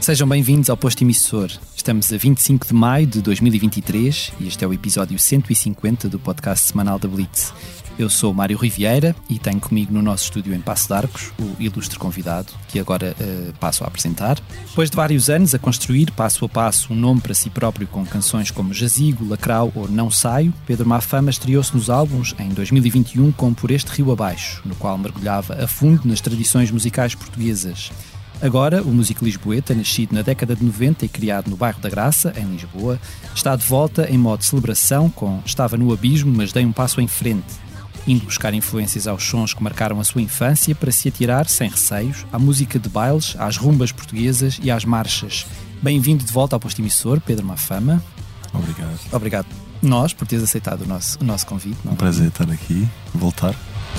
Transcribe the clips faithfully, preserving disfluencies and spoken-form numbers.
Sejam bem-vindos ao Posto Emissor. Estamos a vinte e cinco de maio de dois mil e vinte e três e este é o episódio cento e cinquenta do podcast semanal da Blitz. Eu sou o Mário Riviera e tenho comigo no nosso estúdio em Passo de Arcos o ilustre convidado, que agora uh, passo a apresentar. Depois de vários anos a construir, passo a passo, um nome para si próprio com canções como Jazigo, Lacrau ou Não Saio, Pedro Mafama estreou-se nos álbuns em dois mil e vinte e um com Por Este Rio Abaixo, no qual mergulhava a fundo nas tradições musicais portuguesas. Agora, o músico lisboeta, nascido na década de noventa e criado no bairro da Graça, em Lisboa, está de volta em modo celebração com Estava no Abismo, mas dei um passo em frente, indo buscar influências aos sons que marcaram a sua infância para se atirar, sem receios, à música de bailes, às rumbas portuguesas e às marchas. Bem-vindo de volta ao Posto Emissor, Pedro Mafama. Obrigado. Obrigado nós por teres aceitado o nosso, o nosso convite. Um prazer estar aqui, voltar.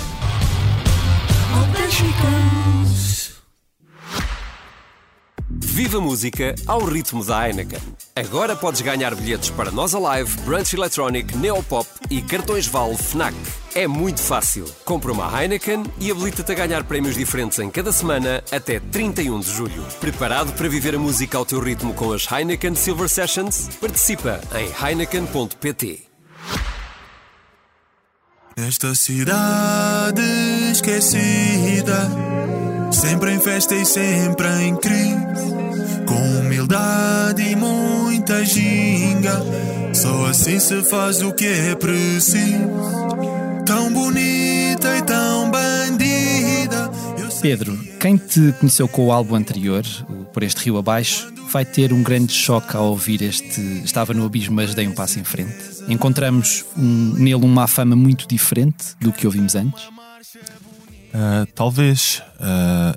Viva a música ao ritmo da Heineken. Agora podes ganhar bilhetes para Nós Alive, Brunch Electronic, Neopop e cartões Vale Fnac. É muito fácil. Compra uma Heineken e habilita-te a ganhar prémios diferentes em cada semana até trinta e um de julho. Preparado para viver a música ao teu ritmo com as Heineken Silver Sessions? Participa em heineken ponto pt. Esta cidade esquecida, sempre em festa e sempre em crise, com humildade e muita ginga, só assim se faz o que é preciso. Tão bonita e tão bandida. Pedro, quem te conheceu com o álbum anterior, o Por Este Rio Abaixo, vai ter um grande choque ao ouvir este Estava no Abismo, mas dei um passo em frente. Encontramos um, nele uma fama muito diferente do que ouvimos antes? Uh, talvez uh,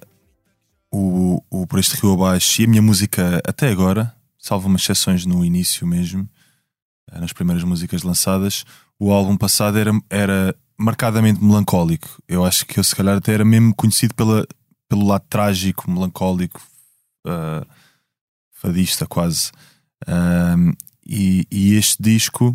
o, o Por Este Rio Abaixo e a minha música até agora, salvo umas exceções no início mesmo, uh, nas primeiras músicas lançadas, o álbum passado era, era marcadamente melancólico. Eu acho que eu se calhar até era mesmo conhecido pela, pelo lado trágico, melancólico, uh, fadista quase. Uh, e, e este disco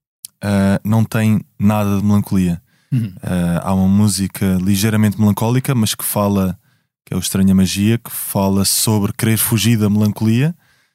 uh, não tem nada de melancolia. Uhum. Uh, há uma música ligeiramente melancólica, mas que fala, que é o Estranha Magia, que fala sobre querer fugir da melancolia,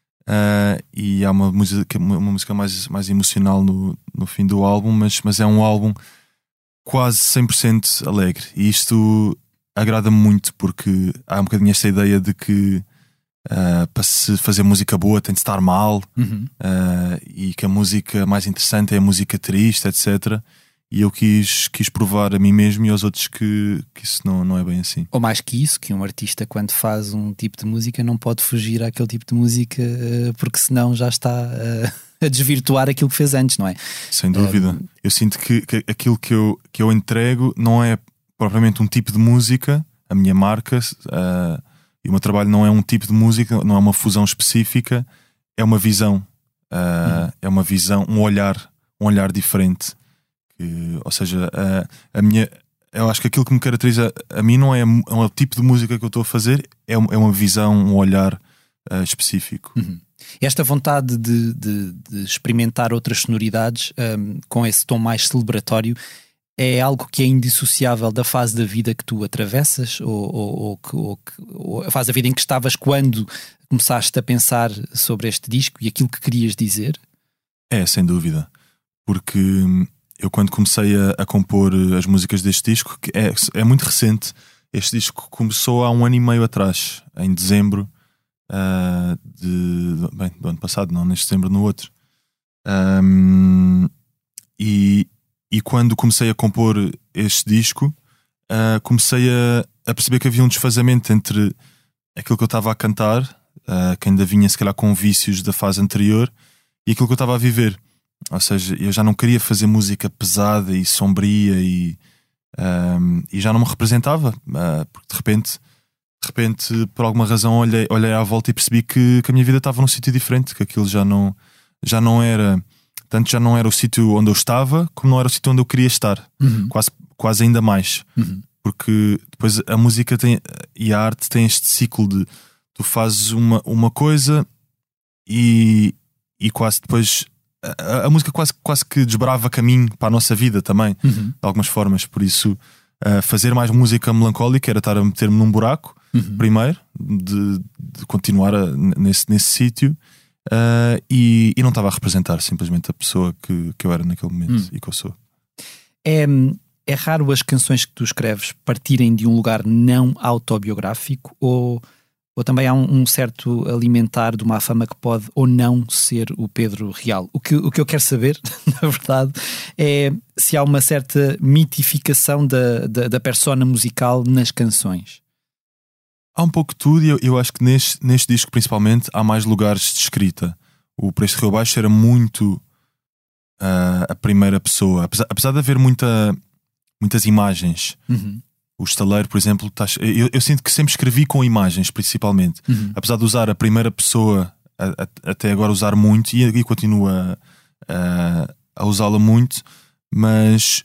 uh, e há uma música, uma música mais, mais emocional no, no fim do álbum, mas, mas é um álbum quase cem por cento alegre, e isto agrada-me muito, porque há um bocadinho esta ideia de que uh, para se fazer música boa tem de estar mal, uhum. uh, e que a música mais interessante é a música triste, etcétera. E eu quis, quis provar a mim mesmo e aos outros que, que isso não, não é bem assim. Ou mais que isso, que um artista quando faz um tipo de música não pode fugir àquele tipo de música, porque senão já está a, a desvirtuar aquilo que fez antes, não é? Sem dúvida. Um... Eu sinto que, que aquilo que eu, que eu entrego não é propriamente um tipo de música, a minha marca, uh, e o meu trabalho não é um tipo de música, não é uma fusão específica, é uma visão, uh, hum. é uma visão, um olhar, um olhar diferente. Ou seja, a, a minha, eu acho que aquilo que me caracteriza a mim não é, é um tipo de música que eu estou a fazer, é, é uma visão, um olhar uh, específico. Uhum. Esta vontade de, de, de experimentar outras sonoridades um, com esse tom mais celebratório é algo que é indissociável da fase da vida que tu atravessas, ou, ou, ou, que, ou, ou a fase da vida em que estavas quando começaste a pensar sobre este disco e aquilo que querias dizer? É, sem dúvida, porque eu quando comecei a, a compor as músicas deste disco, que é, é muito recente, este disco começou há um ano e meio atrás, em dezembro uh, de, bem, do ano passado, não neste dezembro, no outro. Um, e, e quando comecei a compor este disco, uh, comecei a, a perceber que havia um desfazamento entre aquilo que eu estava a cantar, uh, que ainda vinha se calhar com vícios da fase anterior, e aquilo que eu estava a viver. Ou seja, eu já não queria fazer música pesada e sombria e, um, e já não me representava, uh, porque de repente, de repente, por alguma razão, olhei, olhei à volta e percebi que, que a minha vida estava num sítio diferente, que aquilo já não, já não era, tanto já não era o sítio onde eu estava, como não era o sítio onde eu queria estar, uhum. quase, quase ainda mais, uhum. porque depois a música tem, e a arte tem este ciclo de tu fazes uma, uma coisa e, e quase depois A, a música quase, quase que desbrava caminho para a nossa vida também, uhum. de algumas formas. Por isso, uh, fazer mais música melancólica era estar a meter-me num buraco, uhum. primeiro, de, de continuar a, nesse, nesse sítio, uh, e, e não estava a representar simplesmente a pessoa que, que eu era naquele momento uhum. e que eu sou. É, é raro as canções que tu escreves partirem de um lugar não autobiográfico, ou, ou também há um, um certo alimentar de uma fama que pode ou não ser o Pedro real? O que, o que eu quero saber, na verdade, é se há uma certa mitificação da, da, da persona musical nas canções. Há um pouco de tudo, e eu, eu acho que neste, neste disco principalmente há mais lugares de escrita. O Preço de Rio Baixo era muito uh, a primeira pessoa, apesar, apesar de haver muita, muitas imagens. Uhum. O Estaleiro, por exemplo, tá, eu, eu sinto que sempre escrevi com imagens, principalmente. Uhum. Apesar de usar a primeira pessoa, a, a, até agora usar muito, e, e continuo a, a, a usá-la muito, mas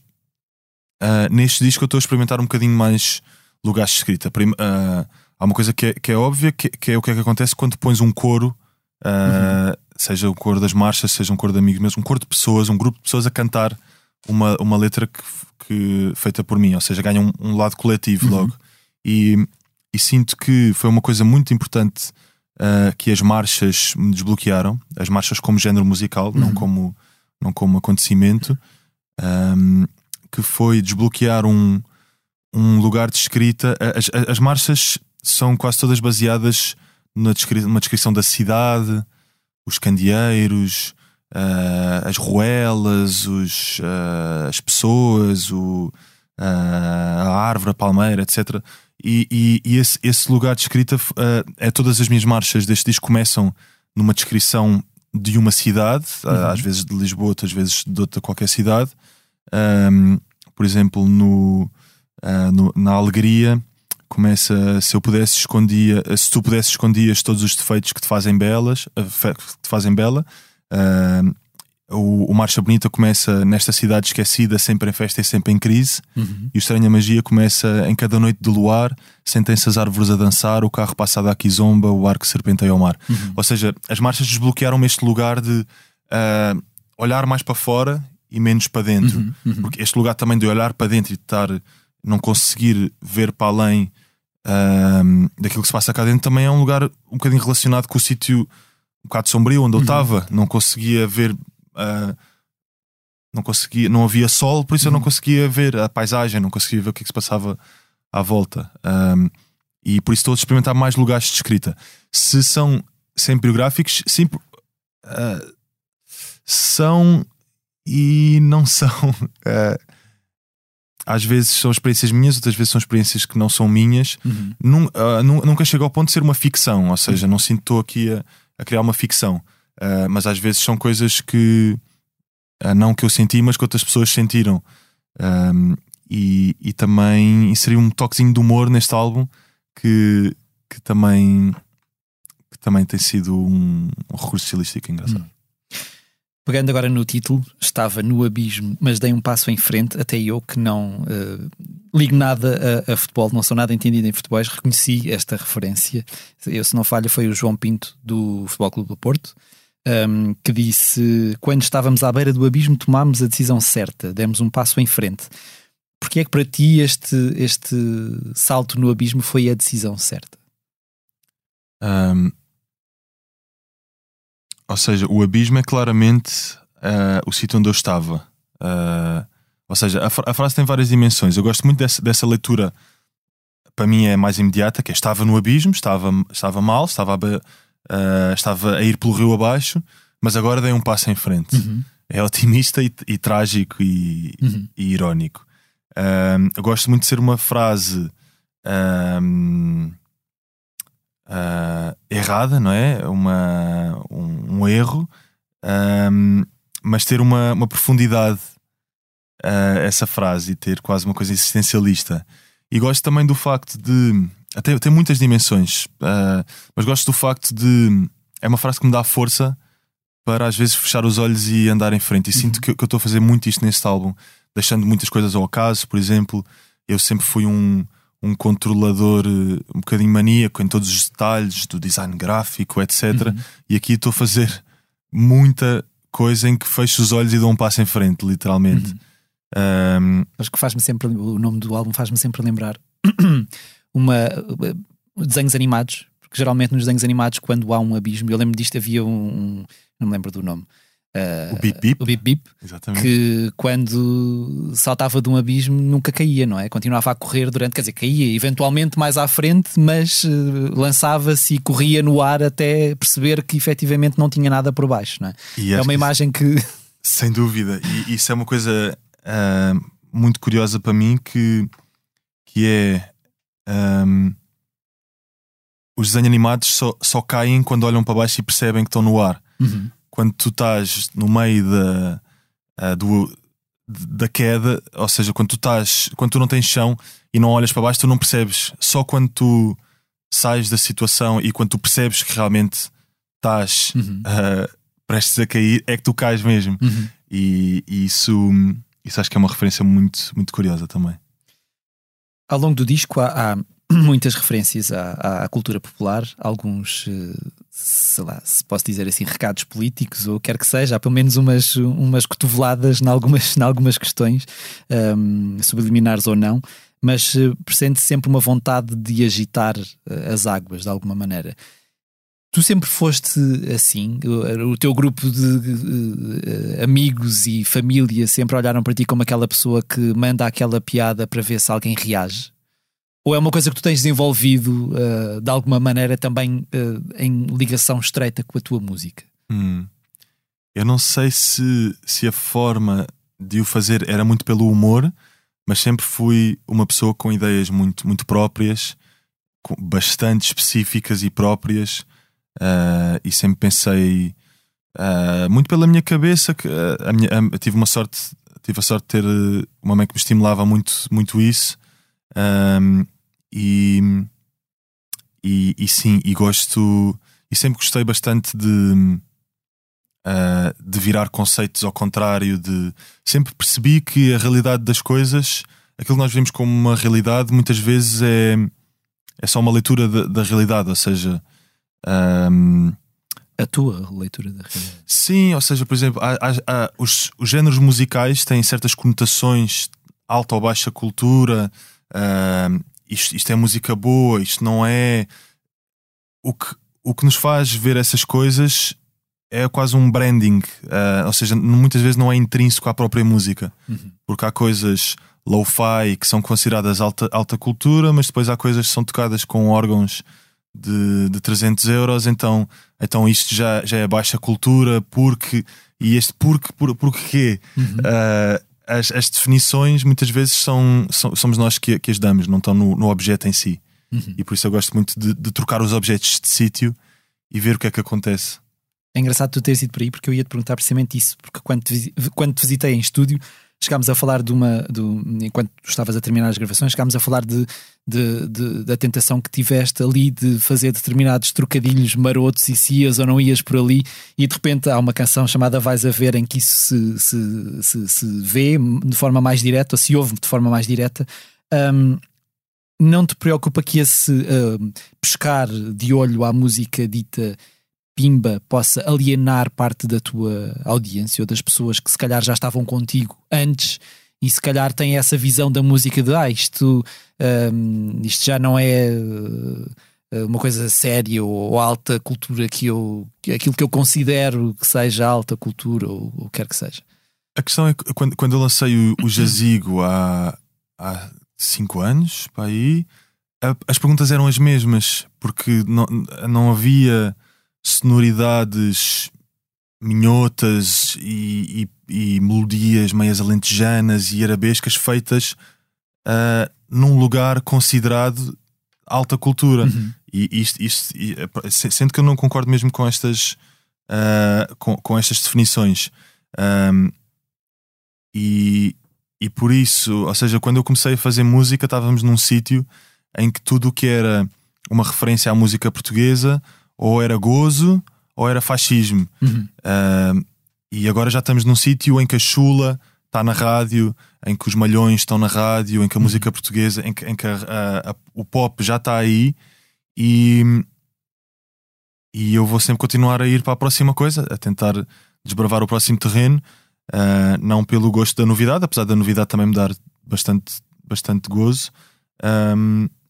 uh, neste disco eu estou a experimentar um bocadinho mais lugares de escrita. Prim, uh, há uma coisa que é, que é óbvia, que, que é o que é que acontece quando pões um coro, uh, uhum. seja o coro das marchas, seja um coro de amigos meus, um coro de pessoas, um grupo de pessoas a cantar uma, uma letra que Que, feita por mim, ou seja, ganha um, um lado coletivo uhum. logo, e, e sinto que foi uma coisa muito importante uh, que as marchas me desbloquearam, as marchas como género musical, uhum. não, como, não como acontecimento, um, que foi desbloquear um, um lugar de escrita. As, as marchas são quase todas baseadas na descri- numa descrição da cidade, os candeeiros, Uh, as ruelas, os, uh, as pessoas, o, uh, a árvore, a palmeira, etcétera. E, e, e esse, esse lugar de escrita, uh, é todas as minhas marchas deste disco começam numa descrição de uma cidade, uhum. uh, às vezes de Lisboa, outras vezes de outra qualquer cidade. Um, por exemplo, no, uh, no, na Alegria começa: se eu pudesse escondia, se tu pudesses escondias todos os defeitos que te fazem belas, uh, que te fazem bela. Uh, o, o Marcha Bonita começa: nesta cidade esquecida, sempre em festa e sempre em crise. Uhum. E o Estranha Magia começa: em cada noite de luar, sentem-se as árvores a dançar, o carro passa da quizomba, o barco serpenteia ao mar. Uhum. Ou seja, as marchas desbloquearam-me este lugar de uh, olhar mais para fora e menos para dentro. Uhum. Uhum. Porque este lugar também de olhar para dentro e de estar, não conseguir ver para além uh, daquilo que se passa cá dentro, também é um lugar um bocadinho relacionado com o sítio um bocado sombrio onde eu estava. Uhum. Não conseguia ver, uh, não conseguia, não havia sol, por isso uhum. eu não conseguia ver a paisagem, não conseguia ver o que, é que se passava à volta. Um, e por isso estou a experimentar mais lugares de escrita. Se são sempre biográficos, sim, uh, são e não são. Uh, às vezes são experiências minhas, outras vezes são experiências que não são minhas. Uhum. Num, uh, nunca chego ao ponto de ser uma ficção, ou seja, uhum. não sinto que estou aqui a a criar uma ficção, uh, mas às vezes são coisas que uh, não que eu senti, mas que outras pessoas sentiram. Um, e, e também inseri um toquezinho de humor neste álbum que, que, também, que também tem sido um, um recurso estilístico engraçado. Hum. Pegando agora no título, estava no abismo, mas dei um passo em frente. Até eu, que não uh, ligo nada a, a futebol, não sou nada entendido em futebol, reconheci esta referência. Eu, se não falho, foi o João Pinto do Futebol Clube do Porto, um, que disse: quando estávamos à beira do abismo tomámos a decisão certa, demos um passo em frente. Porque é que para ti este, este salto no abismo foi a decisão certa? Um... Ou seja, o abismo é claramente uh, o sítio onde eu estava. Uh, ou seja, a, a frase tem várias dimensões. Eu gosto muito dessa, dessa leitura. Para mim é mais imediata, que é: estava no abismo, estava, estava mal, estava a, uh, estava a ir pelo rio abaixo, mas agora dei um passo em frente. Uhum. É otimista e, e trágico e, uhum. e irónico. Uh, eu gosto muito de ser uma frase Uh, Uh, errada, não é? Uma, um, um erro, um, mas ter uma, uma profundidade, uh, essa frase, e ter quase uma coisa existencialista. E gosto também do facto de. Até tem muitas dimensões, uh, mas gosto do facto de. É uma frase que me dá força para às vezes fechar os olhos e andar em frente. E uhum. sinto que, que eu estou a fazer muito isto neste álbum, deixando muitas coisas ao acaso. Por exemplo, eu sempre fui um. um controlador um bocadinho maníaco em todos os detalhes do design gráfico, etcétera. Uhum. E aqui estou a fazer muita coisa em que fecho os olhos e dou um passo em frente, literalmente. Uhum. Um... Acho que faz-me sempre, o nome do álbum faz-me sempre lembrar uma, desenhos animados, porque geralmente nos desenhos animados, quando há um abismo, eu lembro disto, havia um, um não me lembro do nome, uh, o Bip Bip, o Bip Bip, exatamente, que quando saltava de um abismo nunca caía, não é? Continuava a correr durante, quer dizer, caía eventualmente mais à frente, mas uh, lançava-se e corria no ar até perceber que efetivamente não tinha nada por baixo, não é? E é uma imagem que... Sem dúvida, e isso é uma coisa uh, muito curiosa para mim, que, que é um, os desenhos animados só, só caem quando olham para baixo e percebem que estão no ar. Uhum. Quando tu estás no meio da, uh, do, da queda, ou seja, quando tu estás, quando tu não tens chão e não olhas para baixo, tu não percebes. Só quando tu sais da situação e quando tu percebes que realmente estás uhum. uh, prestes a cair, é que tu cais mesmo. Uhum. E, e isso, isso acho que é uma referência muito, muito curiosa também. Ao longo do disco há, há muitas referências à, à cultura popular, alguns, sei lá, se posso dizer assim, recados políticos ou quer que seja, há pelo menos umas, umas cotoveladas em algumas, em algumas questões, um, subliminares ou não, mas pressente sempre uma vontade de agitar as águas de alguma maneira. Tu sempre foste assim? O teu grupo de, de, de amigos e família sempre olharam para ti como aquela pessoa que manda aquela piada para ver se alguém reage? Ou é uma coisa que tu tens desenvolvido uh, de alguma maneira também uh, em ligação estreita com a tua música? Hum. Eu não sei se, se a forma de o fazer era muito pelo humor, mas sempre fui uma pessoa com ideias muito, muito próprias, com, bastante específicas e próprias. Uh, e sempre pensei uh, muito pela minha cabeça que uh, a minha, a, tive uma sorte tive a sorte de ter uma mãe que me estimulava muito, muito isso, um, e, e, e sim, e gosto e sempre gostei bastante de uh, de virar conceitos ao contrário, de sempre percebi que a realidade das coisas, aquilo que nós vemos como uma realidade, muitas vezes é, é só uma leitura da, da realidade, ou seja, Um, a tua leitura da realidade. Sim, ou seja, por exemplo, há, há, há, os, os géneros musicais têm certas conotações, alta ou baixa cultura, uh, isto, isto é música boa, isto não é. O que, o que nos faz ver essas coisas é quase um branding, uh, ou seja, muitas vezes não é intrínseco à própria música, uhum. porque há coisas lo-fi que são consideradas alta, alta cultura, mas depois há coisas que são tocadas com órgãos De, de trezentos euros, então, então isto já, já é baixa cultura, porque, e este porque, por, porque quê? Uhum. Uh, as, as definições muitas vezes são, são, somos nós que, que as damos, não estão no, no objeto em si, uhum. e por isso eu gosto muito de, de trocar os objetos de sítio e ver o que é que acontece. É engraçado tu teres ido por aí, porque eu ia te perguntar precisamente isso, porque quando te, quando te visitei em estúdio, chegámos a falar de uma, de, enquanto tu estavas a terminar as gravações, chegámos a falar de, de, de, da tentação que tiveste ali de fazer determinados trocadilhos marotos e se ias ou não ias por ali, e de repente há uma canção chamada Vais a Ver em que isso se, se, se, se vê de forma mais direta, ou se ouve de forma mais direta. Um, não te preocupa que esse uh, pescar de olho à música dita pimba possa alienar parte da tua audiência ou das pessoas que se calhar já estavam contigo antes e se calhar têm essa visão da música de ah, isto, um, isto já não é uh, uma coisa séria ou, ou alta cultura, que eu, aquilo que eu considero que seja alta cultura ou o que quer que seja. A questão é que quando, quando eu lancei o, o Jazigo há, há cinco anos, para aí, a, as perguntas eram as mesmas, porque não, não havia sonoridades minhotas e, e, e melodias meias alentejanas e arabescas feitas uh, num lugar considerado alta cultura. Uhum. E isto, isto e, sendo que eu não concordo mesmo com estas uh, com, com estas definições, um, e, e por isso, ou seja, quando eu comecei a fazer música, estávamos num sítio em que tudo o que era uma referência à música portuguesa ou era gozo ou era fascismo. Uhum. Uh, e agora já estamos num sítio em que a chula está na rádio, em que os malhões estão na rádio, em que a uhum. música portuguesa, em que, em que a, a, a, o pop já está aí, e, e eu vou sempre continuar a ir para a próxima coisa, a tentar desbravar o próximo terreno, uh, não pelo gosto da novidade, apesar da novidade também me dar bastante, bastante gozo, um,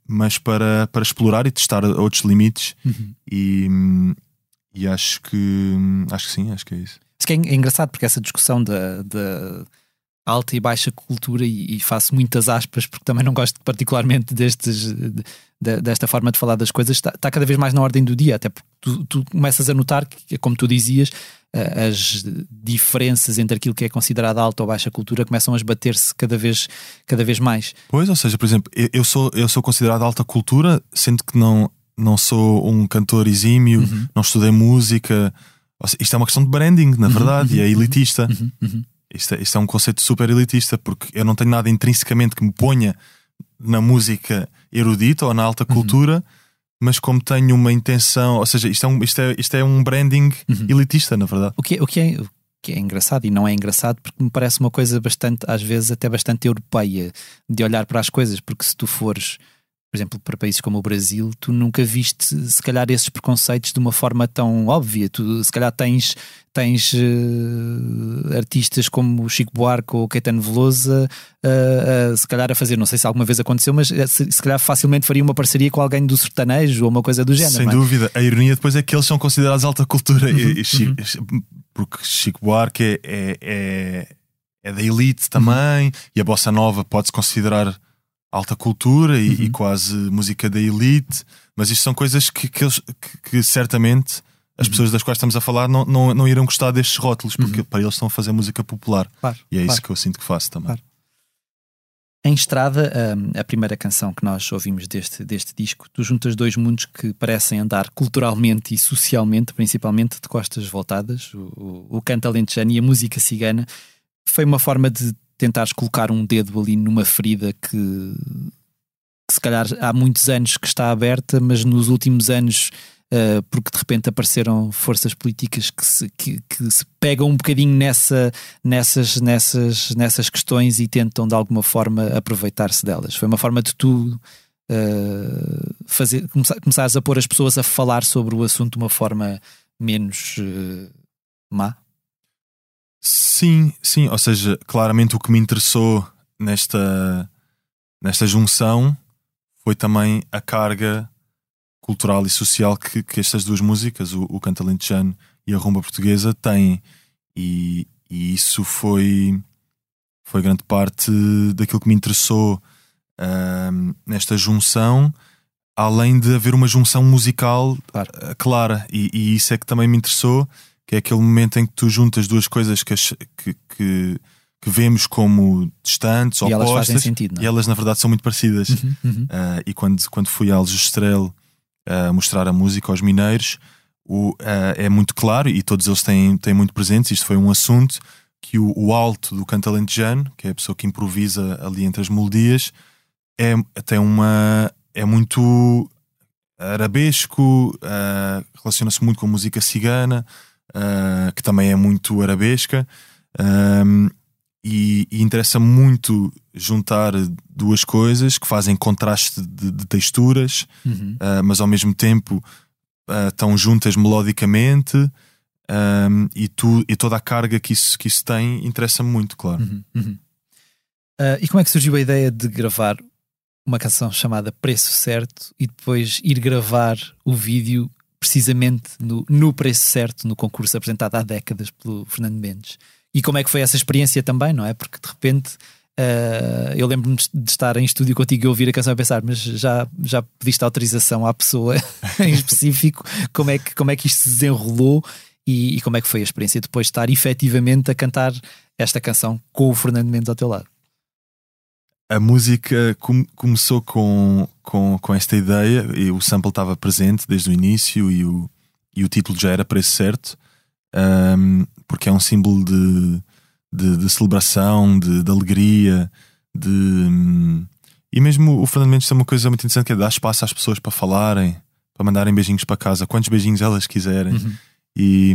mas para, para explorar e testar outros limites. Uhum. E, e acho que acho que sim, acho que é isso. Isso que é engraçado, porque essa discussão da, da alta e baixa cultura, e, e faço muitas aspas porque também não gosto particularmente destes, de, de, desta forma de falar das coisas, está, está cada vez mais na ordem do dia, até porque tu, tu começas a notar que, como tu dizias, as diferenças entre aquilo que é considerado alta ou baixa cultura começam a esbater-se cada vez, cada vez mais. Pois, ou seja, por exemplo, eu sou, eu sou considerado alta cultura, sendo que não, não sou um cantor exímio, uhum. não estudei música. Isto é uma questão de branding, na verdade, uhum, e é elitista. Uhum, uhum. Isto, é, isto é um conceito super elitista, porque eu não tenho nada intrinsecamente que me ponha na música erudita ou na alta cultura, uhum. mas como tenho uma intenção, ou seja, isto é um, isto é, isto é um branding uhum. elitista, na verdade. O que, é, o, que é, o que é engraçado, e não é engraçado, porque me parece uma coisa bastante, às vezes até bastante europeia, de olhar para as coisas, porque se tu fores, por exemplo, para países como o Brasil, tu nunca viste, se calhar, esses preconceitos de uma forma tão óbvia. Tu, se calhar, tens, tens uh, artistas como o Chico Buarque ou o Caetano Veloso, uh, uh, se calhar a fazer, não sei se alguma vez aconteceu, mas se, se calhar facilmente faria uma parceria com alguém do sertanejo ou uma coisa do género. Sem não é? dúvida. A ironia depois é que eles são considerados alta cultura. Uhum, e, e Chico, uhum. Porque Chico Buarque é, é, é, é da elite também, uhum. e a bossa nova pode-se considerar alta cultura e, uhum. e quase música da elite, mas isto são coisas que, que, eles, que, que certamente as uhum. pessoas das quais estamos a falar não, não, não irão gostar destes rótulos, porque uhum. para eles estão a fazer música popular, claro, e é claro. isso que eu sinto que faço também. Claro. Em Estrada, a, a primeira canção que nós ouvimos deste, deste disco, tu juntas dois mundos que parecem andar culturalmente e socialmente, principalmente, de costas voltadas, o, o, o canto alentejano e a música cigana. Foi uma forma de tentares colocar um dedo ali numa ferida que, que se calhar há muitos anos que está aberta, mas nos últimos anos, uh, porque de repente apareceram forças políticas que se, que, que se pegam um bocadinho nessa, nessas, nessas, nessas questões e tentam de alguma forma aproveitar-se delas. Foi uma forma de tu uh, fazer, começar, começares a pôr as pessoas a falar sobre o assunto de uma forma menos uh, má? Sim, sim, ou seja, claramente o que me interessou nesta, nesta junção foi também a carga cultural e social que, que estas duas músicas, o, o canto alentejano e a rumba portuguesa, têm, e, e isso foi, foi grande parte daquilo que me interessou uh, nesta junção, além de haver uma junção musical claro. uh, clara, e, e isso é que também me interessou, que é aquele momento em que tu juntas duas coisas que, que, que, que vemos como distantes, e opostas, elas fazem sentido, não é? E elas na verdade são muito parecidas. Uhum, uhum. Uh, e quando, quando fui a Aljustrel uh, mostrar a música aos mineiros, o, uh, é muito claro, e todos eles têm, têm muito presentes, isto foi um assunto, que o, o alto do canto alentejano, que é a pessoa que improvisa ali entre as melodias, é, tem uma, é muito arabesco, uh, relaciona-se muito com a música cigana, Uh, que também é muito arabesca, um, e, e interessa muito juntar duas coisas que fazem contraste de, de texturas, uhum. uh, mas ao mesmo tempo uh, estão juntas melodicamente, um, e, tu, e toda a carga que isso, que isso tem interessa-me muito, claro. Uhum, uhum. Uh, e como é que surgiu a ideia de gravar uma canção chamada Preço Certo e depois ir gravar o vídeo precisamente no, no preço certo, no concurso apresentado há décadas pelo Fernando Mendes? E como é que foi essa experiência também, não é? Porque de repente uh, eu lembro-me de estar em estúdio contigo e ouvir a canção e pensar, mas já, já pediste autorização à pessoa em específico? Como é que, como é que isto se desenrolou e, e como é que foi a experiência depois de estar efetivamente a cantar esta canção com o Fernando Mendes ao teu lado? A música com, começou com, com, com esta ideia, e o sample estava presente desde o início, e o, e o título já era Preço Certo, um, porque é um símbolo de, de, de celebração, de, de alegria, de, um, e mesmo o Fernando Mendes tem uma coisa muito interessante, que é dar espaço às pessoas para falarem, para mandarem beijinhos para casa, quantos beijinhos elas quiserem. Uhum. e,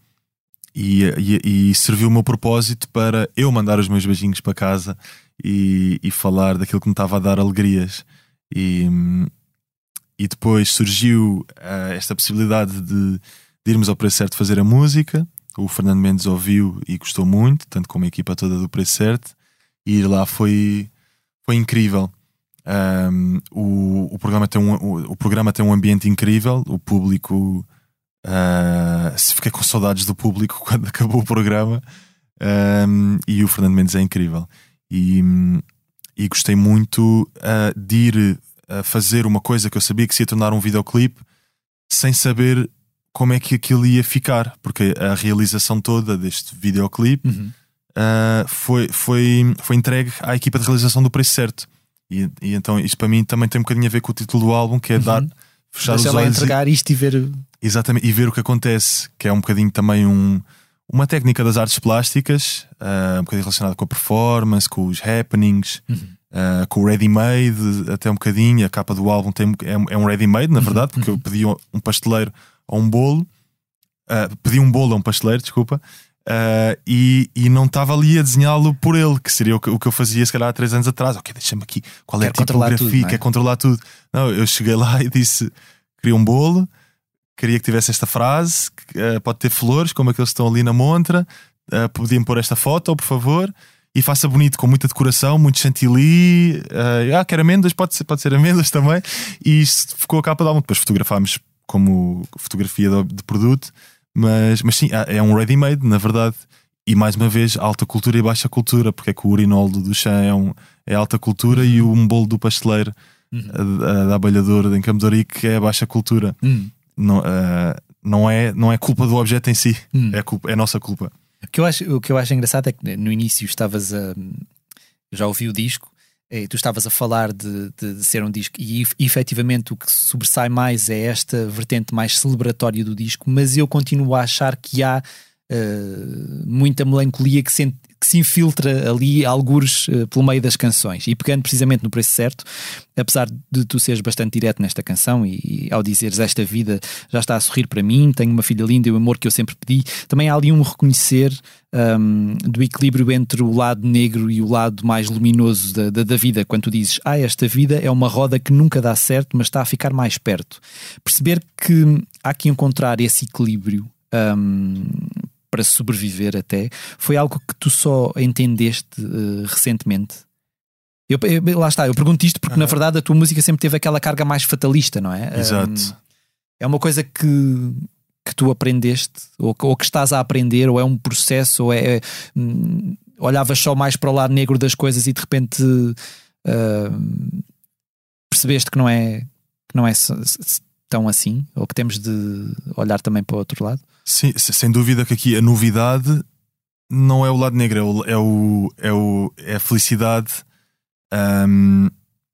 e, e, e serviu o meu propósito para eu mandar os meus beijinhos para casa E, e falar daquilo que me estava a dar alegrias, e, e depois surgiu uh, esta possibilidade de, de irmos ao Preço Certo fazer a música. O Fernando Mendes ouviu e gostou muito, tanto como a equipa toda do Preço Certo, e ir lá foi, foi incrível. Um, o, o, programa tem um, o, o programa tem um ambiente incrível. O público, uh, se fiquei com saudades do público quando acabou o programa. Um, e o Fernando Mendes é incrível. E, e gostei muito uh, de ir a fazer uma coisa que eu sabia que se ia tornar um videoclipe sem saber como é que aquilo ia ficar, porque a realização toda deste videoclipe uhum. uh, foi, foi, foi entregue à equipa de realização do Preço Certo. E, e então isto para mim também tem um bocadinho a ver com o título do álbum, que é uhum. dar, fechar Deixa os lá olhos entregar e, isto e ver exatamente, e ver o que acontece, que é um bocadinho também um, uma técnica das artes plásticas, uh, um bocadinho relacionada com a performance, com os happenings, uhum. uh, com o ready-made, até um bocadinho. A capa do álbum tem, é, é um ready-made, na verdade, porque uhum. eu pedi um pasteleiro a um bolo, uh, pedi um bolo a um pasteleiro, desculpa. Uh, e, e não estava ali a desenhá-lo por ele, que seria o que, o que eu fazia se calhar há três anos atrás. Ok, deixa-me aqui, qual é a tipografia, quer controlar tudo. Não, eu cheguei lá e disse: queria um bolo, queria que tivesse esta frase, que, uh, pode ter flores, como aqueles que estão ali na montra, uh, podiam pôr esta foto, por favor, e faça bonito, com muita decoração, muito chantilly. Uh, ah, quer amêndoas, pode ser, pode ser amêndoas também. E isto ficou a capa do álbum. Depois fotografámos como fotografia de, de produto. Mas, mas sim, é um ready-made, na verdade. E mais uma vez, alta cultura e baixa cultura, porque é que o urinol do Duchamp é, um, é alta cultura e o um bolo do pasteleiro uhum. a, a, da abelhadora em Campo de Ourique é baixa cultura. Uhum. Não, uh, não, é, não é culpa do objeto em si, uhum. é, culpa, é nossa culpa. O que, eu acho, o que eu acho engraçado é que no início estavas a. Eu já ouvi o disco. E tu estavas a falar de, de, de ser um disco e, e efetivamente o que sobressai mais é esta vertente mais celebratória do disco, mas eu continuo a achar que há uh, muita melancolia que se, que se infiltra ali algures uh, pelo meio das canções. E pegando precisamente no Preço Certo, apesar de tu seres bastante direto nesta canção e, e ao dizeres esta vida já está a sorrir para mim, tenho uma filha linda e o amor que eu sempre pedi, também há ali um reconhecer Um, do equilíbrio entre o lado negro e o lado mais luminoso da, da, da vida. Quando tu dizes, ah, esta vida é uma roda que nunca dá certo, mas está a ficar mais perto. Perceber que há que encontrar esse equilíbrio um, para sobreviver até, foi algo que tu só entendeste uh, recentemente? Eu, eu, lá está, eu pergunto isto porque uhum. na verdade a tua música sempre teve aquela carga mais fatalista, não é? Exato. Um, é uma coisa que que tu aprendeste, ou que, ou que estás a aprender, ou é um processo, ou é, é hum, olhavas só mais para o lado negro das coisas e de repente uh, percebeste que não é, que não é tão assim, ou que temos de olhar também para o outro lado? Sim, sem dúvida que aqui a novidade não é o lado negro, é, o, é, o, é, o, é a felicidade. Um,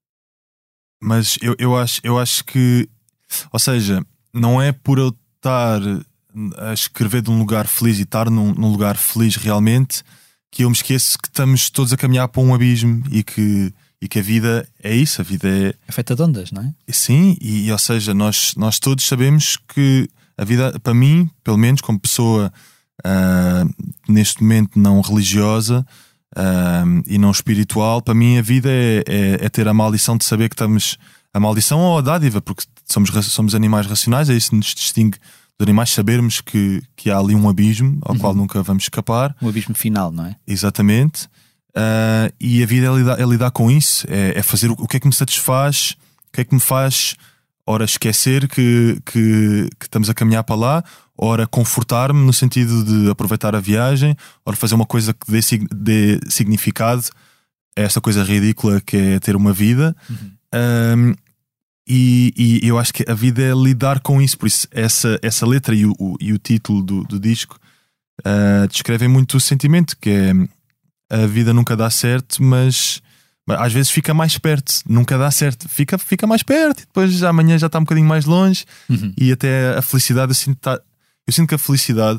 mas eu, eu, acho, eu acho que, ou seja, não é por eu estar a escrever de um lugar feliz e estar num, num lugar feliz realmente que eu me esqueço que estamos todos a caminhar para um abismo e que, e que a vida é isso, a vida é... É feita de ondas, não é? Sim, e, e ou seja, nós, nós todos sabemos que a vida, para mim, pelo menos como pessoa uh, neste momento não religiosa uh, e não espiritual, para mim a vida é, é, é ter a maldição de saber que estamos... A maldição ou a dádiva, porque somos, somos animais racionais, é isso que nos distingue dos animais, sabermos que, que há ali um abismo ao uhum. qual nunca vamos escapar. Um abismo final, não é? Exatamente. Uh, e a vida é lidar, é lidar com isso, é, é fazer o, o que é que me satisfaz, o que é que me faz, ora esquecer que, que, que estamos a caminhar para lá, ora confortar-me no sentido de aproveitar a viagem, ora fazer uma coisa que dê, dê significado a esta coisa ridícula que é ter uma vida. Uhum. Um, e, e eu acho que a vida é lidar com isso. Por isso essa, essa letra e o, o, e o título do, do disco uh, descrevem muito o sentimento, que é a vida nunca dá certo, mas, mas às vezes fica mais perto. Nunca dá certo, fica, fica mais perto e depois amanhã já está um bocadinho mais longe. Uhum. E até a felicidade, eu sinto, tá, eu sinto que a felicidade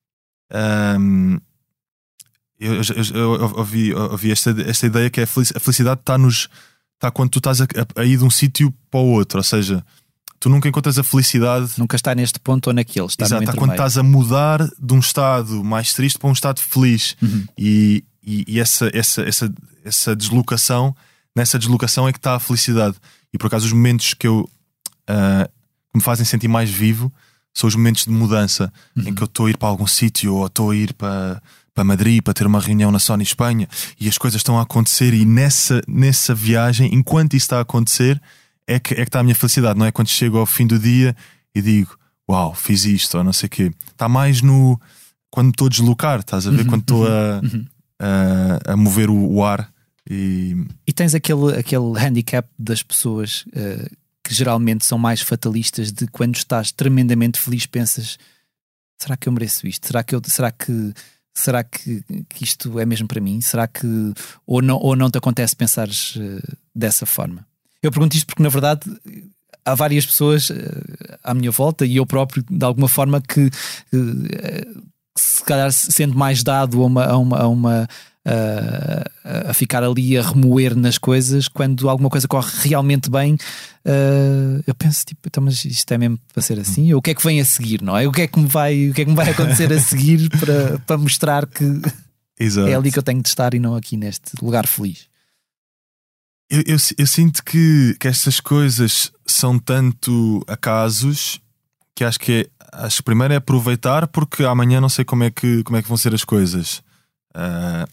um, eu, eu, eu, eu ouvi, eu ouvi esta, esta ideia que é a felicidade está nos está quando tu estás a, a, a ir de um sítio para o outro, ou seja, tu nunca encontras a felicidade, nunca está neste ponto ou naquele, está exato, no está quando estás a mudar de um estado mais triste para um estado feliz. Uhum. e, e, e essa, essa, essa, essa deslocação, nessa deslocação é que está a felicidade. E por acaso os momentos que eu uh, que me fazem sentir mais vivo são os momentos de mudança, uhum. em que eu estou a ir para algum sítio ou estou a ir para, para Madrid para ter uma reunião na Sony Espanha e as coisas estão a acontecer, e nessa, nessa viagem, enquanto isso está a acontecer, é que, é que está a minha felicidade, não é? Quando chego ao fim do dia e digo, uau, fiz isto, ou não sei o quê. Está mais no quando estou a deslocar, estás a ver? Uhum, quando estou a, uhum. a, a mover o, o ar. E... e tens aquele, aquele handicap das pessoas uh, que geralmente são mais fatalistas, de quando estás tremendamente feliz pensas, será que eu mereço isto? Será que, eu, será que, será que, que isto é mesmo para mim? Será que ou não, ou não te acontece pensares uh, dessa forma? Eu pergunto isto porque na verdade há várias pessoas uh, à minha volta, e eu próprio de alguma forma que uh, se calhar sendo mais dado a uma, a uma, a uma Uh, a ficar ali a remoer nas coisas, quando alguma coisa corre realmente bem, uh, eu penso tipo, então, mas isto é mesmo para ser assim? Ou o que é que vem a seguir, não é? O que é que me vai, o que é que me vai acontecer a seguir para, para mostrar que Exato. É ali que eu tenho de estar e não aqui neste lugar feliz? Eu, eu, eu sinto que, que estas coisas são tanto acasos que acho que é, acho que primeiro é aproveitar, porque amanhã não sei como é que, como é que vão ser as coisas. Uh,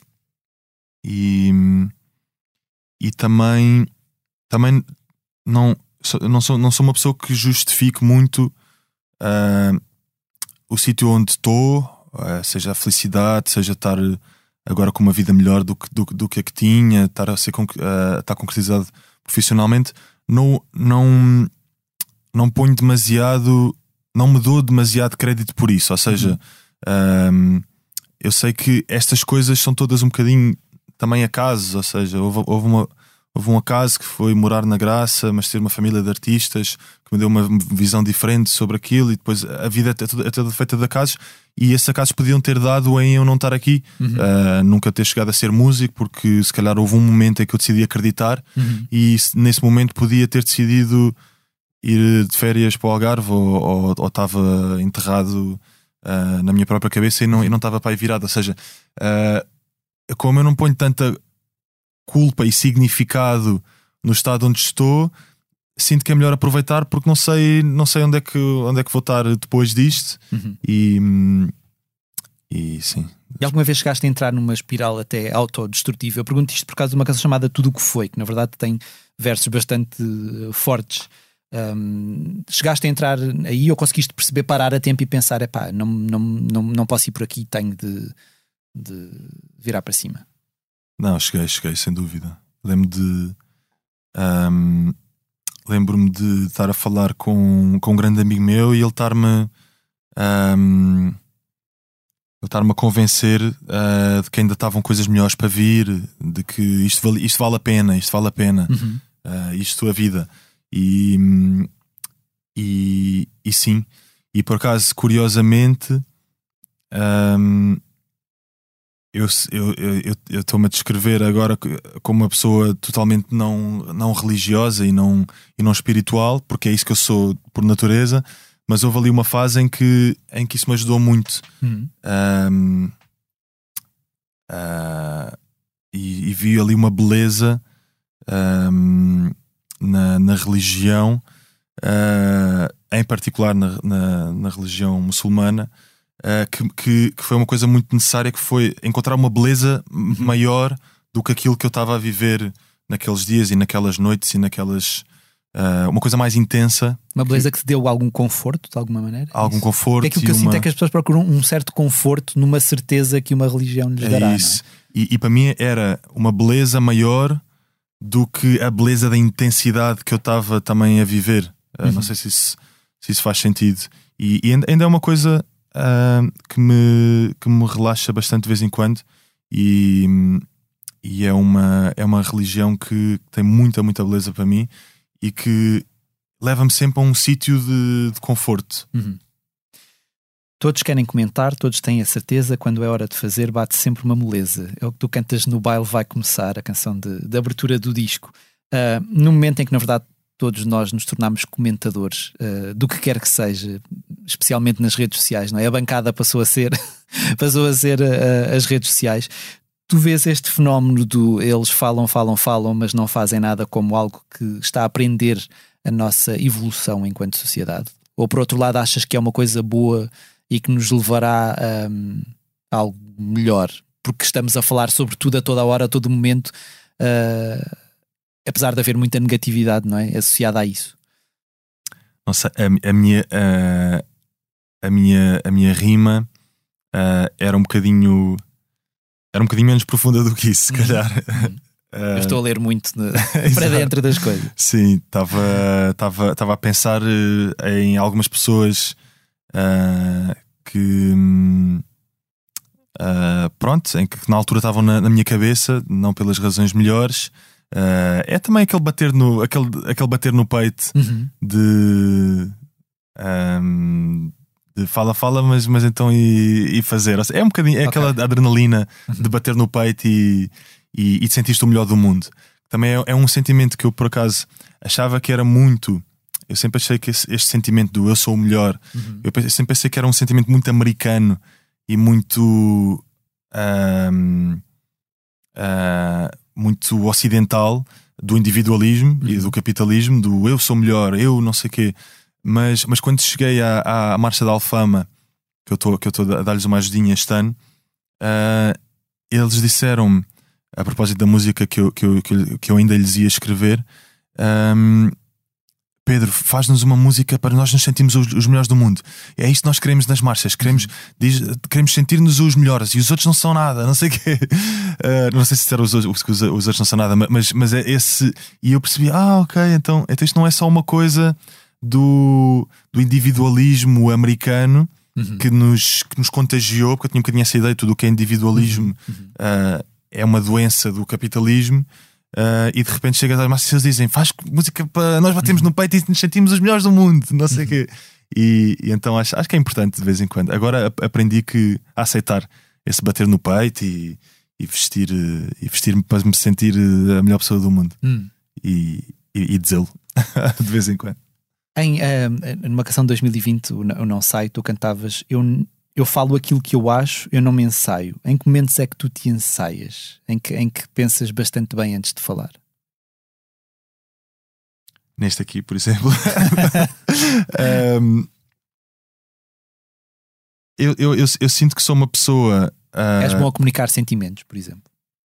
E, e também, também não, não, sou, não sou uma pessoa que justifique muito uh, o sítio onde estou, uh, seja a felicidade, seja estar agora com uma vida melhor do que, do, do que a que tinha, estar a ser uh, estar concretizado profissionalmente. Não, não, não ponho demasiado, não me dou demasiado crédito por isso. Ou seja, uhum. uh, eu sei que estas coisas são todas um bocadinho também acasos, ou seja, houve, houve, uma, houve um acaso que foi morar na Graça, mas ter uma família de artistas que me deu uma visão diferente sobre aquilo, e depois a vida é toda, é toda feita de acasos, e esses acasos podiam ter dado em eu não estar aqui, uhum. uh, nunca ter chegado a ser músico, porque se calhar houve um momento em que eu decidi acreditar, uhum. e nesse momento podia ter decidido ir de férias para o Algarve, ou, ou estava enterrado uh, na minha própria cabeça e não, e não estava para aí virado. Ou seja, uh, como eu não ponho tanta culpa e significado no estado onde estou, sinto que é melhor aproveitar, porque não sei, não sei onde é que, onde é que vou estar depois disto. Uhum. e, e sim. E alguma vez chegaste a entrar numa espiral até autodestrutiva? Eu pergunto isto por causa de uma canção chamada Tudo o que Foi, que na verdade tem versos bastante fortes. Um, chegaste a entrar aí, ou conseguiste perceber, parar a tempo e pensar, epá, não, não, não, não posso ir por aqui, tenho de de virar para cima? Não, cheguei, cheguei, sem dúvida. Lembro de um, lembro-me de estar a falar com, com um grande amigo meu e ele estar-me um, ele estar-me a convencer uh, de que ainda estavam coisas melhores para vir, de que isto vale, isto vale a pena, isto vale a pena, uhum. uh, isto a vida. E, e, e sim, e por acaso, curiosamente, um, Eu estou-me eu, eu, eu a descrever agora como uma pessoa totalmente não, não religiosa e não, e não espiritual, porque é isso que eu sou por natureza, mas houve ali uma fase em que, em que isso me ajudou muito. Uhum. Um, uh, e, e vi ali uma beleza um, na, na religião, uh, em particular na, na, na religião muçulmana. Uh, que, que, que foi uma coisa muito necessária, que foi encontrar uma beleza uhum. maior do que aquilo que eu estava a viver naqueles dias e naquelas noites e naquelas... Uh, uma coisa mais intensa. Uma beleza que, que te deu algum conforto, de alguma maneira? Algum isso. conforto. É aquilo que eu uma... sinto é que as pessoas procuram um certo conforto numa certeza que uma religião lhes dará. É isso. Não é? E, e para mim era uma beleza maior do que a beleza da intensidade que eu estava também a viver. Uh, uhum. Não sei se isso, se isso faz sentido. E, e ainda é uma coisa... Uh, que, me, que me relaxa bastante de vez em quando, e, e é, uma, é uma religião que tem muita, muita beleza para mim e que leva-me sempre a um sítio de, de conforto. Uhum. Todos querem comentar, todos têm a certeza, quando é hora de fazer bate sempre uma moleza. É o que tu cantas no Baile Vai Começar, a canção de, de abertura do disco. Uh, no momento em que na verdade todos nós nos tornámos comentadores uh, do que quer que seja, especialmente nas redes sociais, não é? A bancada passou a ser, passou a ser uh, as redes sociais. Tu vês este fenómeno do eles falam, falam, falam, mas não fazem nada, como algo que está a prender a nossa evolução enquanto sociedade? Ou por outro lado achas que é uma coisa boa e que nos levará um, a algo melhor, porque estamos a falar sobre tudo a toda a hora, a todo momento, uh, apesar de haver muita negatividade, não é? Associada a isso. Nossa, a, a minha a, a minha a minha rima uh, era um bocadinho era um bocadinho menos profunda do que isso, se calhar. Uhum. Eu estou a ler muito de, para dentro das coisas. Sim, estava estava estava a pensar uh, em algumas pessoas uh, que uh, pronto, em que na altura estavam na, na minha cabeça, não pelas razões melhores. Uh, é também aquele bater no, aquele, aquele bater no peito, uhum. de, um, de fala, fala, mas, mas então e, e fazer. É um bocadinho, é okay. Aquela adrenalina de bater no peito e, e, e de sentir-te o melhor do mundo. Também é, é um sentimento que eu por acaso achava que era muito. Eu sempre achei que esse, este sentimento do eu sou o melhor, uhum. eu sempre pensei que era um sentimento muito americano e muito. Um, uh, muito ocidental, do individualismo uhum. e do capitalismo, do eu sou melhor, eu não sei o quê. Mas, mas quando cheguei à, à Marcha da Alfama, que eu estou que eu estou a dar-lhes uma ajudinha este ano, uh, eles disseram-me, a propósito da música que eu, que eu, que eu ainda lhes ia escrever, um, Pedro, faz-nos uma música para nós nos sentirmos os, os melhores do mundo. É isto que nós queremos nas marchas. Queremos, diz, queremos sentir-nos os melhores e os outros não são nada. Não sei o quê. Uh, não sei se disseram os, os, os, os outros não são nada, mas, mas é esse. E eu percebi, ah, ok, então, então isto não é só uma coisa do, do individualismo americano uhum. que, nos, que nos contagiou, porque eu tinha um bocadinho essa ideia, tudo o que é individualismo uhum. uh, é uma doença do capitalismo. Uh, e de repente chegas às massas e eles dizem faz música para nós batemos no peito e nos sentimos os melhores do mundo, não sei o quê. E, e então acho, acho que é importante de vez em quando. Agora aprendi que a aceitar esse bater no peito e, e vestir e vestir-me para me sentir a melhor pessoa do mundo hum. e, e, e dizê-lo de vez em quando. Em uh, numa canção de dois mil e vinte, o Não Sai, tu cantavas eu Eu falo aquilo que eu acho, eu não me ensaio. Em que momentos é que tu te ensaias? Em que, em que pensas bastante bem antes de falar? Neste aqui, por exemplo. um, eu, eu, eu, eu sinto que sou uma pessoa... Uh, És bom a comunicar sentimentos, por exemplo?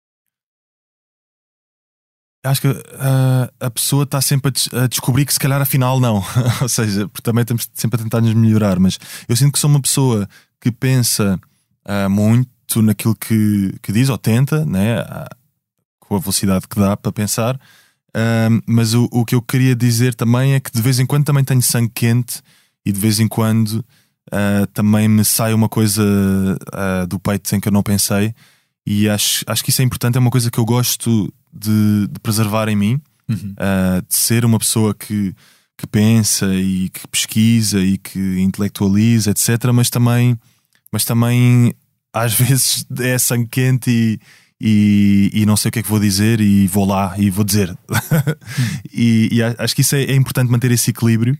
Acho que uh, a pessoa está sempre a, des- a descobrir que se calhar afinal não. Ou seja, porque também estamos sempre a tentar nos melhorar. Mas eu sinto que sou uma pessoa que pensa uh, muito naquilo que, que diz ou tenta, né? uh, com a velocidade que dá para pensar. Uh, mas o, o que eu queria dizer também é que de vez em quando também tenho sangue quente e de vez em quando uh, também me sai uma coisa uh, do peito sem que eu não pensei. E acho, acho que isso é importante, é uma coisa que eu gosto de, de preservar em mim, uhum. uh, de ser uma pessoa que, que pensa e que pesquisa e que intelectualiza, etcétera. Mas também, mas também às vezes é sangue quente e, e, e não sei o que é que vou dizer e vou lá e vou dizer. Uhum. e, e acho que isso é, é importante manter esse equilíbrio.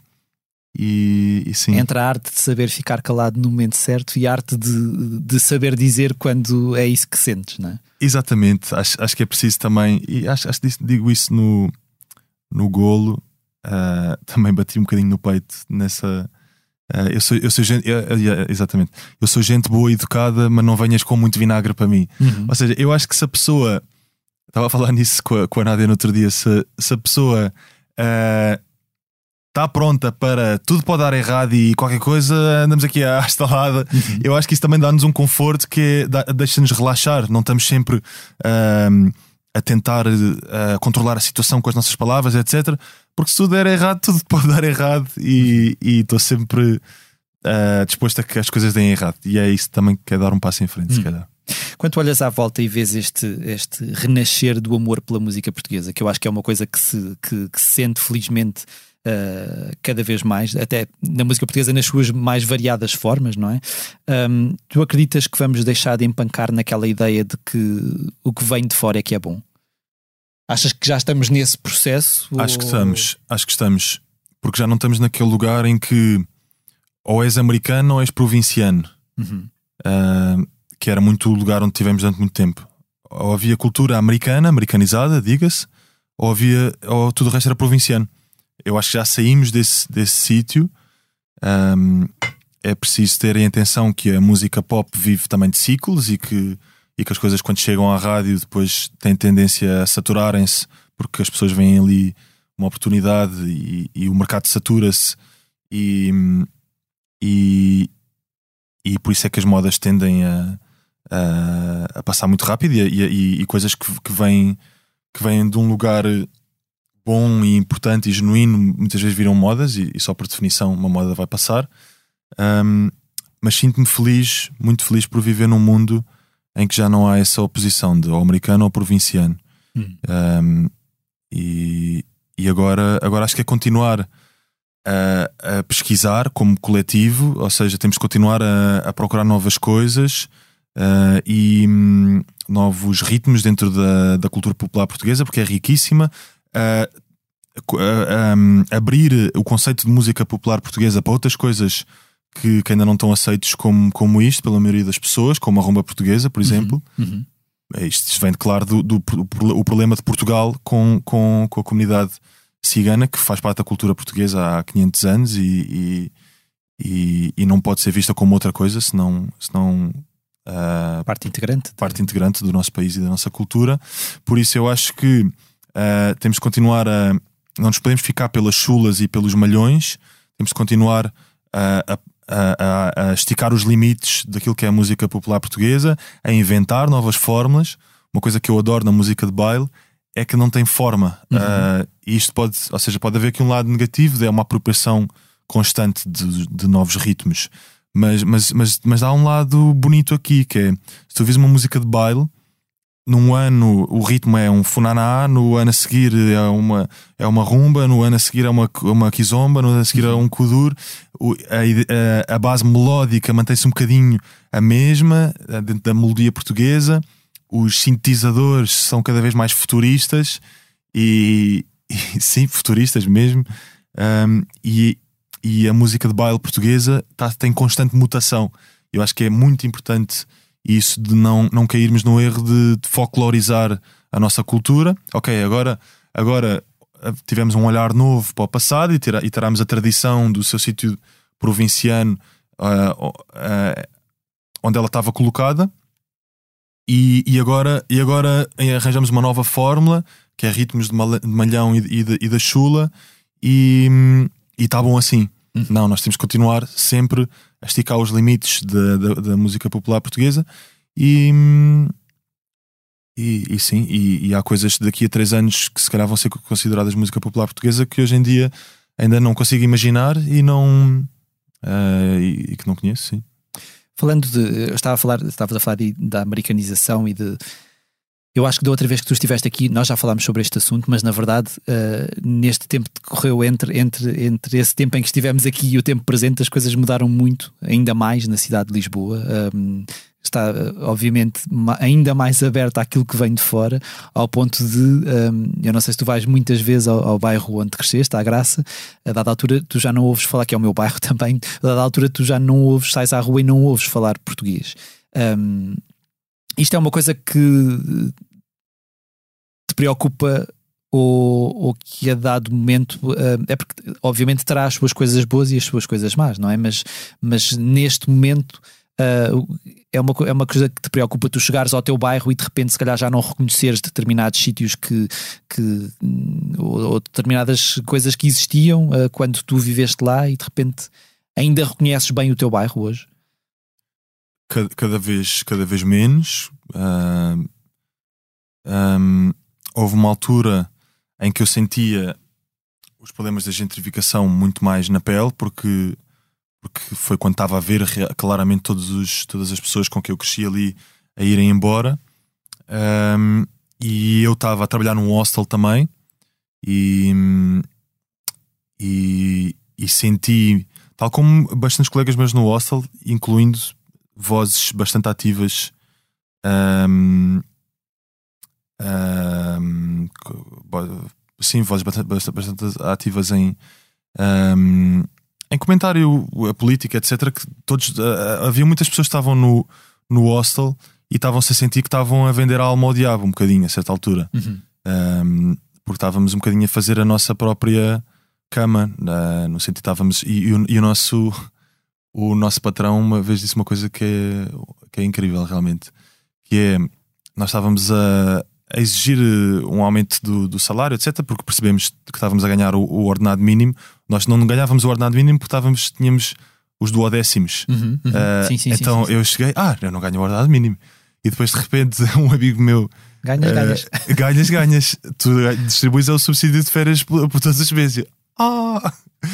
E, e sim. Entre a arte de saber ficar calado no momento certo e a arte de, de saber dizer quando é isso que sentes, não é? Exatamente, acho, acho que é preciso também, e acho, acho que digo isso no, no golo, uh, também bati um bocadinho no peito nessa. Uh, eu sou, eu sou gente, eu, eu, exatamente, eu sou gente boa e educada, mas não venhas com muito vinagre para mim. Uhum. Ou seja, eu acho que se a pessoa, estava a falar nisso com a, com a Nádia no outro dia, se, se a pessoa. Uh, está pronta para tudo pode dar errado e qualquer coisa andamos aqui à estalada. Uhum. Eu acho que isso também dá-nos um conforto que é, deixa-nos relaxar. Não estamos sempre uh, a tentar uh, controlar a situação com as nossas palavras, etcétera. Porque se tudo der errado, tudo pode dar errado e estou sempre uh, disposto a que as coisas deem errado. E é isso também que é dar um passo em frente, uhum. se calhar. Quando tu olhas à volta e vês este, este renascer do amor pela música portuguesa, que eu acho que é uma coisa que se, que, que se sente felizmente Uh, cada vez mais, até na música portuguesa nas suas mais variadas formas, não é? Um, tu acreditas que vamos deixar de empancar naquela ideia de que o que vem de fora é que é bom? Achas que já estamos nesse processo? Acho ou... que estamos, acho que estamos, porque já não estamos naquele lugar em que ou és americano ou és provinciano, uhum. uh, que era muito o lugar onde tivemos durante muito tempo. Ou havia cultura americana, americanizada, diga-se, ou havia, ou tudo o resto era provinciano. Eu acho que já saímos desse, desse sítio. Um, é preciso ter em atenção que a música pop vive também de ciclos e que, e que as coisas, quando chegam à rádio, depois têm tendência a saturarem-se, porque as pessoas veem ali uma oportunidade e, e o mercado satura-se, e, e, e por isso é que as modas tendem a, a, a passar muito rápido, e, e, e coisas que, que, vêm, que vêm de um lugar bom e importante e genuíno muitas vezes viram modas, e, e só por definição uma moda vai passar. Um, mas sinto-me feliz, muito feliz por viver num mundo em que já não há essa oposição de ou americano ou provinciano. Hum. Um, e, e agora, agora acho que é continuar a, a pesquisar como coletivo, ou seja, temos de continuar a, a procurar novas coisas uh, e um, novos ritmos dentro da, da cultura popular portuguesa, porque é riquíssima. Uh, uh, um, abrir o conceito de música popular portuguesa para outras coisas que, que ainda não estão aceitos como, como isto pela maioria das pessoas, como a rumba portuguesa, por exemplo. Uhum, uhum. Isto vem, claro, do, do, do o problema de Portugal com, com, com a comunidade cigana, que faz parte da cultura portuguesa há quinhentos anos e, e, e, e não pode ser vista como outra coisa, senão, senão uh, parte integrante parte integrante do nosso país e da nossa cultura. Por isso eu acho que uh, temos de continuar a... não nos podemos ficar pelas chulas e pelos malhões, temos de continuar a, a A, a, a esticar os limites daquilo que é a música popular portuguesa, a inventar novas fórmulas. Uma coisa que eu adoro na música de baile é que não tem forma. Uhum. Uh, e isto pode, ou seja, pode haver aqui um lado negativo, é uma apropriação constante de, de novos ritmos, mas, mas, mas, mas há um lado bonito aqui, que é, se tu vês uma música de baile, num ano o ritmo é um funaná, no ano a seguir é uma, é uma rumba, no ano a seguir é uma, uma kizomba, no ano a seguir é um kudur. O, a, a base melódica mantém-se um bocadinho a mesma dentro da melodia portuguesa. Os sintetizadores são cada vez mais futuristas e, e sim, futuristas mesmo. Um, e, e a música de baile portuguesa tá, tem constante mutação. Eu acho que é muito importante isso, de não, não cairmos no erro de, de folclorizar a nossa cultura. Ok, agora, agora tivemos um olhar novo para o passado e, tira, e tiramos a tradição do seu sítio provinciano uh, uh, onde ela estava colocada, e, e, agora, e agora arranjamos uma nova fórmula, que é ritmos de, mal, de malhão e, e, de, e da chula, e está bom assim. Uhum. Não, nós temos que continuar sempre a esticar os limites da, da, da música popular portuguesa, e, e, e sim, e, e há coisas daqui a três anos que se calhar vão ser consideradas música popular portuguesa que hoje em dia ainda não consigo imaginar e não uh, e, e que não conheço, sim. Falando de, eu estava a falar, estavas a falar de, da americanização e de, eu acho que da outra vez que tu estiveste aqui nós já falámos sobre este assunto, mas na verdade uh, neste tempo que correu entre, entre, entre esse tempo em que estivemos aqui e o tempo presente, as coisas mudaram muito, ainda mais na cidade de Lisboa. Um, está obviamente ainda mais aberta àquilo que vem de fora, ao ponto de, um, eu não sei se tu vais muitas vezes ao, ao bairro onde cresceste, à Graça, a dada altura tu já não ouves falar, que é o meu bairro também, a dada altura tu já não ouves, sais à rua e não ouves falar português. Um, isto é uma coisa que te preocupa ou, ou que a dado momento, uh, é porque obviamente terá as suas coisas boas e as suas coisas más, não é? Mas, mas neste momento uh, é, uma, é uma coisa que te preocupa, tu chegares ao teu bairro e de repente se calhar já não reconheceres determinados sítios que, que ou, ou determinadas coisas que existiam uh, quando tu viveste lá, e de repente ainda reconheces bem o teu bairro hoje? Cada, cada vez cada vez menos. uh, um, houve uma altura em que eu sentia os problemas da gentrificação muito mais na pele, porque, porque foi quando estava a ver claramente todos os, todas as pessoas com quem eu cresci ali a irem embora, um, e eu estava a trabalhar num hostel também, e, e, e senti, tal como bastantes colegas meus no hostel, incluindo vozes bastante ativas, um, um, sim, vozes bastante, bastante ativas em, um, em comentário a política, etcétera. Que todos, uh, havia muitas pessoas que estavam no, no hostel e estavam-se a sentir que estavam a vender a alma ao diabo um bocadinho a certa altura. Uhum. Um, porque estávamos um bocadinho a fazer a nossa própria cama, uh, no sentido estávamos, e, e, o, e o nosso o nosso patrão uma vez disse uma coisa que é, que é incrível realmente, que é, nós estávamos a, a exigir um aumento do, do salário, etcétera, porque percebemos que estávamos a ganhar o, o ordenado mínimo. Nós não ganhávamos o ordenado mínimo porque estávamos, tínhamos os duodécimos. Uhum, uhum. Uh, sim, sim, então sim, sim, eu cheguei, ah, eu não ganho o ordenado mínimo. E depois de repente um amigo meu, ganhas, uh, ganhas. ganhas, ganhas. Tu distribuis o subsídio de férias por, por todas as vezes. Ah!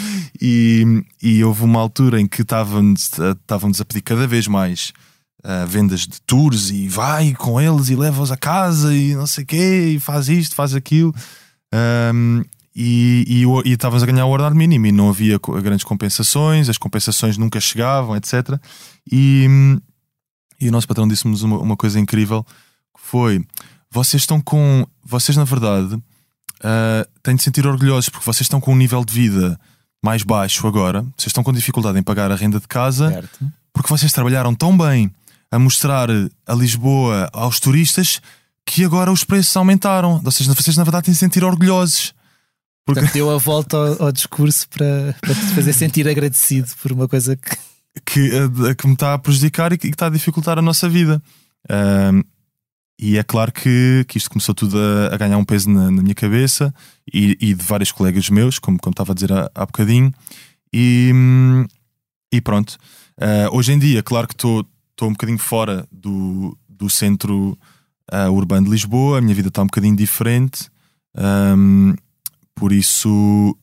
E, e houve uma altura em que estávamos, estávamos a pedir cada vez mais uh, vendas de tours, e vai com eles e leva-os a casa e não sei o quê, e faz isto, faz aquilo. Um, e, e, e estávamos a ganhar o ordenado mínimo e não havia grandes compensações, as compensações nunca chegavam, etcétera. E, e o nosso patrão disse-nos uma, uma coisa incrível, que foi: vocês estão com, vocês na verdade uh, têm de sentir orgulhosos, porque vocês estão com um nível de vida mais baixo agora, vocês estão com dificuldade em pagar a renda de casa, certo, porque vocês trabalharam tão bem a mostrar a Lisboa aos turistas que agora os preços aumentaram. Ou seja, vocês na verdade têm de sentir orgulhosos. Porque... Portanto, deu a volta ao, ao discurso para, para te fazer sentir agradecido por uma coisa que... Que, que me está a prejudicar e que está a dificultar a nossa vida. Um, E é claro que, que isto começou tudo a, a ganhar um peso na, na minha cabeça, e, e de vários colegas meus, como, como estava a dizer há, há bocadinho. E, e pronto. Uh, hoje em dia, claro que estou um bocadinho fora do, do centro uh, urbano de Lisboa. A minha vida está um bocadinho diferente. Um, por isso...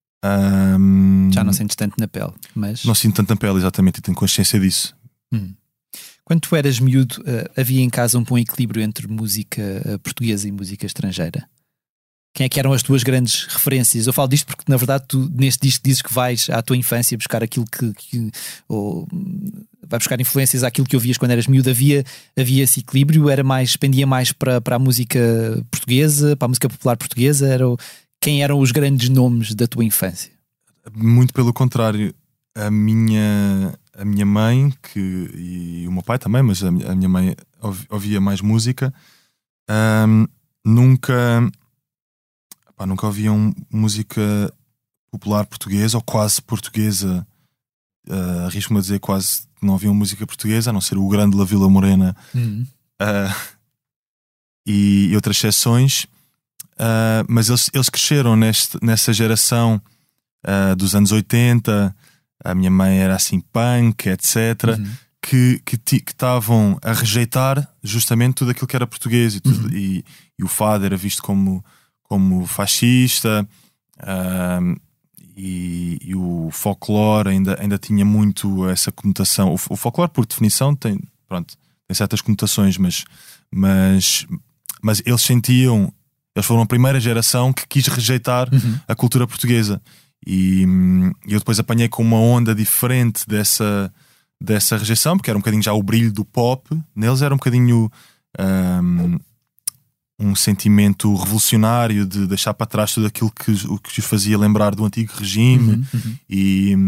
Um, Já não sentes tanto na pele, mas... Não sinto tanto na pele, exatamente, e tenho consciência disso. Hum. Quando tu eras miúdo, uh, havia em casa um bom equilíbrio entre música uh, portuguesa e música estrangeira? Quem é que eram as tuas grandes referências? Eu falo disto porque, na verdade, tu neste disco dizes que vais à tua infância buscar aquilo que... que ou, vai buscar influências àquilo que ouvias quando eras miúdo. Havia, havia esse equilíbrio? Era mais, pendia mais para, para a música portuguesa, para a música popular portuguesa? Era, quem eram os grandes nomes da tua infância? Muito pelo contrário. A minha... A minha mãe, que, e o meu pai também, mas a minha, a minha mãe ouvia mais música, um, nunca, pá, nunca ouviam música popular portuguesa, ou quase portuguesa. Uh, arrisco-me a dizer quase que não ouviam música portuguesa, a não ser o grande La Vila Morena, uhum. uh, e, e outras exceções. Uh, mas eles, eles cresceram neste, nessa geração uh, dos anos oitenta. A minha mãe era assim punk, etcétera. Uhum. Que estavam a rejeitar justamente tudo aquilo que era português, e, tudo, uhum. e, e o fado era visto como, como fascista, uh, e, e o folclore ainda, ainda tinha muito essa conotação. O, o folclore, por definição, tem, pronto, tem certas conotações, mas, mas, mas eles sentiam, eles foram a primeira geração que quis rejeitar uhum. a cultura portuguesa. E eu depois apanhei com uma onda diferente dessa, dessa rejeição, porque era um bocadinho já o brilho do pop. Neles era um bocadinho um, um sentimento revolucionário de deixar para trás tudo aquilo que, o que os fazia lembrar do antigo regime. Uhum, uhum. E,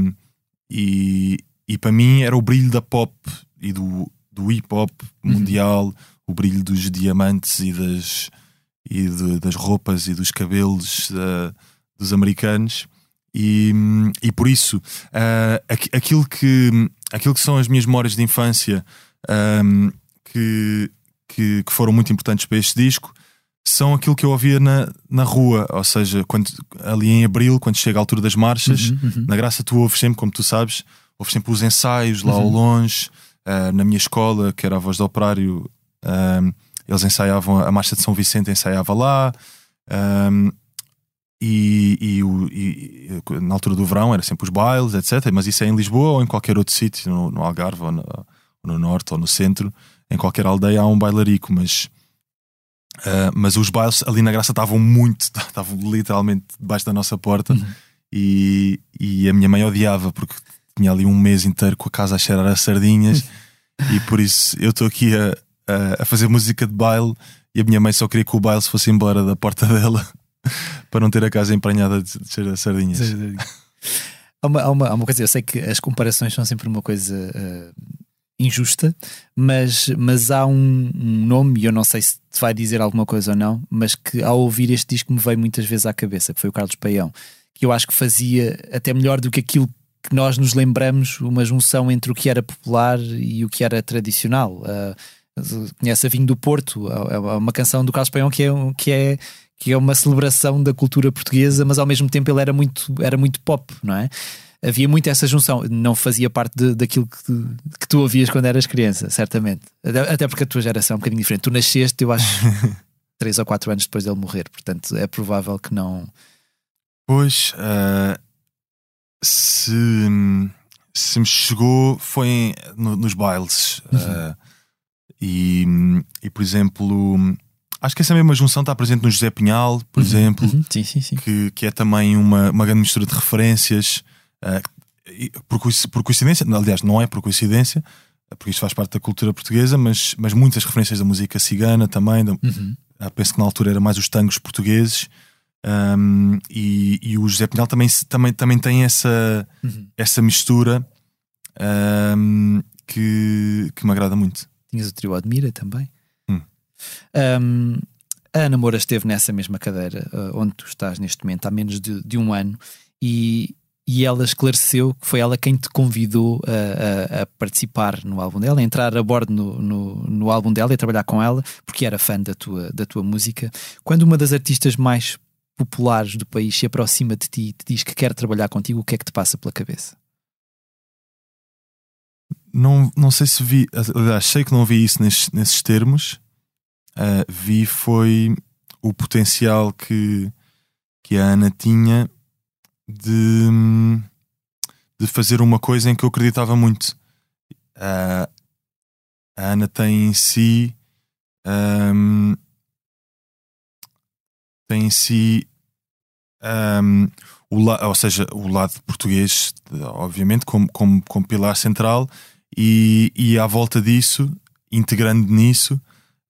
e, e para mim era o brilho da pop e do, do hip hop mundial, uhum. o brilho dos diamantes e das, e de, das roupas e dos cabelos uh, dos americanos. E, e por isso uh, aquilo, que, aquilo que são as minhas memórias de infância, um, que, que, que foram muito importantes para este disco, são aquilo que eu ouvia na, na rua. Ou seja, quando, ali em abril, quando chega a altura das marchas, uhum, uhum. na Graça tu ouves sempre, como tu sabes, ouves sempre os ensaios lá uhum. ao longe. Uh, na minha escola, que era a Voz do Operário, uh, eles ensaiavam a Marcha de São Vicente, ensaiava lá. um, E, e, e, e na altura do verão era sempre os bailes, etcétera. Mas isso é em Lisboa ou em qualquer outro sítio, no, no Algarve ou no, no norte ou no centro. Em qualquer aldeia há um bailarico. Mas, uh, mas os bailes ali na Graça estavam muito, estavam literalmente debaixo da nossa porta. Uhum. e, e a minha mãe odiava, porque tinha ali um mês inteiro com a casa a cheirar a sardinhas. E por isso eu estou aqui a, a, a fazer música de baile, e a minha mãe só queria que o baile se fosse embora da porta dela para não ter a casa emprenhada de cheirar a sardinhas. Há uma, há, uma, há uma coisa, eu sei que as comparações são sempre uma coisa uh, injusta, mas, mas há um, um nome, e eu não sei se te vai dizer alguma coisa ou não, mas que ao ouvir este disco me veio muitas vezes à cabeça, que foi o Carlos Paião, que eu acho que fazia até melhor do que aquilo que nós nos lembramos uma junção entre o que era popular e o que era tradicional. Uh, conhece a Vinho do Porto, é uma canção do Carlos Paião que é, que, é, que é uma celebração da cultura portuguesa, mas ao mesmo tempo ele era muito, era muito pop, não é? Havia muito essa junção, não fazia parte de, daquilo que tu, que tu ouvias quando eras criança, certamente. Até, até porque a tua geração é um bocadinho diferente. Tu nasceste, eu acho, três ou quatro anos depois dele morrer, portanto é provável que não. Pois, uh, se, se me chegou foi no, nos bailes. Uhum. Uh, e, e, por exemplo, acho que essa mesma junção está presente no José Pinhal, por uhum. exemplo, uhum. Sim, sim, sim. Que, que é também uma, uma grande mistura de referências. Uh, por, por coincidência, aliás, não é por coincidência, porque isto faz parte da cultura portuguesa, mas, mas muitas referências da música cigana também. Da, uhum. uh, penso que na altura era mais os tangos portugueses. Um, e, e o José Pinhal também, também, também tem essa, uhum. essa mistura um, que, que me agrada muito. Tinhas o trio Admira também. Hum. Um, a Ana Moura esteve nessa mesma cadeira uh, onde tu estás neste momento há menos de, de um ano e, e ela esclareceu que foi ela quem te convidou a, a, a participar no álbum dela, a entrar a bordo no, no, no álbum dela e a trabalhar com ela porque era fã da tua, da tua música. Quando uma das artistas mais populares do país se aproxima de ti e te diz que quer trabalhar contigo, o que é que te passa pela cabeça? Não, não sei se vi, aliás, sei que não vi isso nesses, nesses termos. Uh, vi foi o potencial que, que a Ana tinha de, de fazer uma coisa em que eu acreditava muito. Uh, a Ana tem em si um, tem em si um, o la, ou seja, o lado português, obviamente, como, como, como pilar central, e, e à volta disso, integrando nisso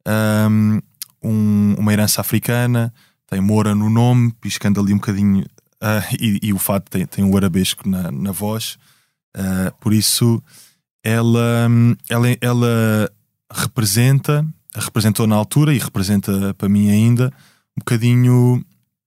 um, uma herança africana, tem Moura no nome, piscando ali um bocadinho, uh, e, e o fato tem, tem o arabesco na, na voz, uh, por isso ela, ela, ela representa, representou na altura e representa para mim ainda um bocadinho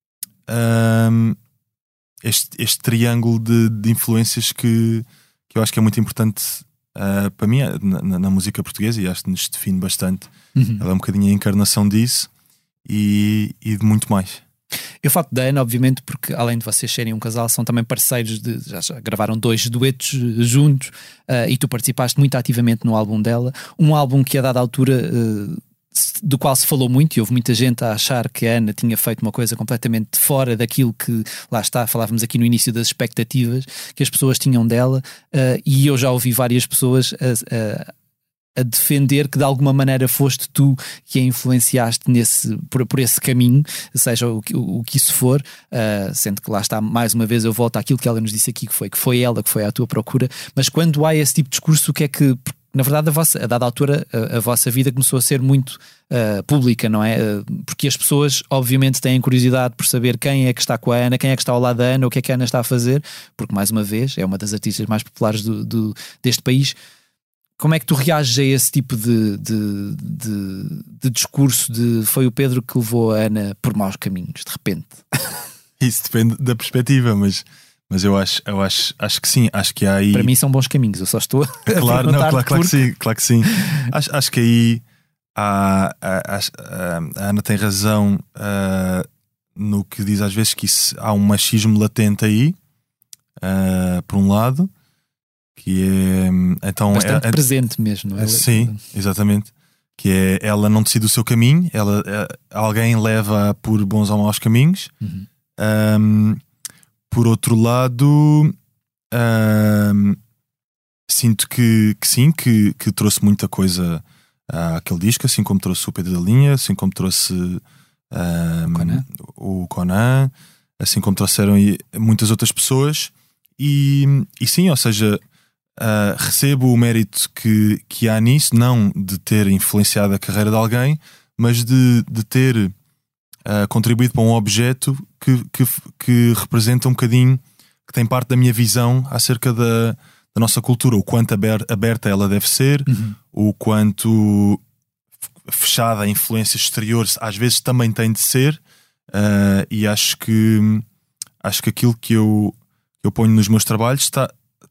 um, este, este triângulo de, de influências que, que eu acho que é muito importante uh, para mim na, na música portuguesa, e acho que nos define bastante. Uhum. Ela é um bocadinho a encarnação disso e, e de muito mais. Eu falo da Ana, obviamente, porque além de vocês serem um casal, são também parceiros de, já, já gravaram dois duetos juntos, uh, e tu participaste muito ativamente no álbum dela, um álbum que a dada altura uh, do qual se falou muito, e houve muita gente a achar que a Ana tinha feito uma coisa completamente fora daquilo que, lá está, falávamos aqui no início das expectativas que as pessoas tinham dela, uh, e eu já ouvi várias pessoas a, a a defender que de alguma maneira foste tu que a influenciaste nesse, por, por esse caminho, seja o que, o, o que isso for, uh, sendo que lá está, mais uma vez eu volto àquilo que ela nos disse aqui, que foi, que foi ela que foi à tua procura. Mas quando há esse tipo de discurso, o que é que, na verdade, a, vossa, a dada altura a, a vossa vida começou a ser muito uh, pública, não é? Uh, porque as pessoas obviamente têm curiosidade por saber quem é que está com a Ana, quem é que está ao lado da Ana, o que é que a Ana está a fazer, porque mais uma vez é uma das artistas mais populares do, do, deste país. Como é que tu reages a esse tipo de, de, de, de discurso de foi o Pedro que levou a Ana por maus caminhos, de repente? Isso depende da perspectiva, mas, mas eu, acho, eu acho, acho que sim. Acho que há aí... Para mim são bons caminhos, eu só estou a claro, não, claro, porque... claro que sim, claro que sim. acho, acho que aí há, há, há, a Ana tem razão uh, no que diz às vezes que isso, há um machismo latente aí, uh, por um lado, que é então bastante é, é, presente mesmo, não é? Sim, exatamente. Que é ela não decide o seu caminho, ela, é, alguém leva por bons ou maus caminhos. Uhum. Um, por outro lado, um, sinto que, que sim, que, que trouxe muita coisa àquele disco, assim como trouxe o Pedro da Linha, assim como trouxe um, Conan. o Conan, assim como trouxeram muitas outras pessoas. E, e sim, ou seja, Uh, recebo o mérito que, que há nisso, não de ter influenciado a carreira de alguém, mas de, de ter uh, contribuído para um objeto que, que, que representa um bocadinho, que tem parte da minha visão acerca da, da nossa cultura, o quanto aberta ela deve ser, uhum. o quanto fechada a influências exteriores às vezes também tem de ser, uh, e acho que acho que aquilo que eu, eu ponho nos meus trabalhos está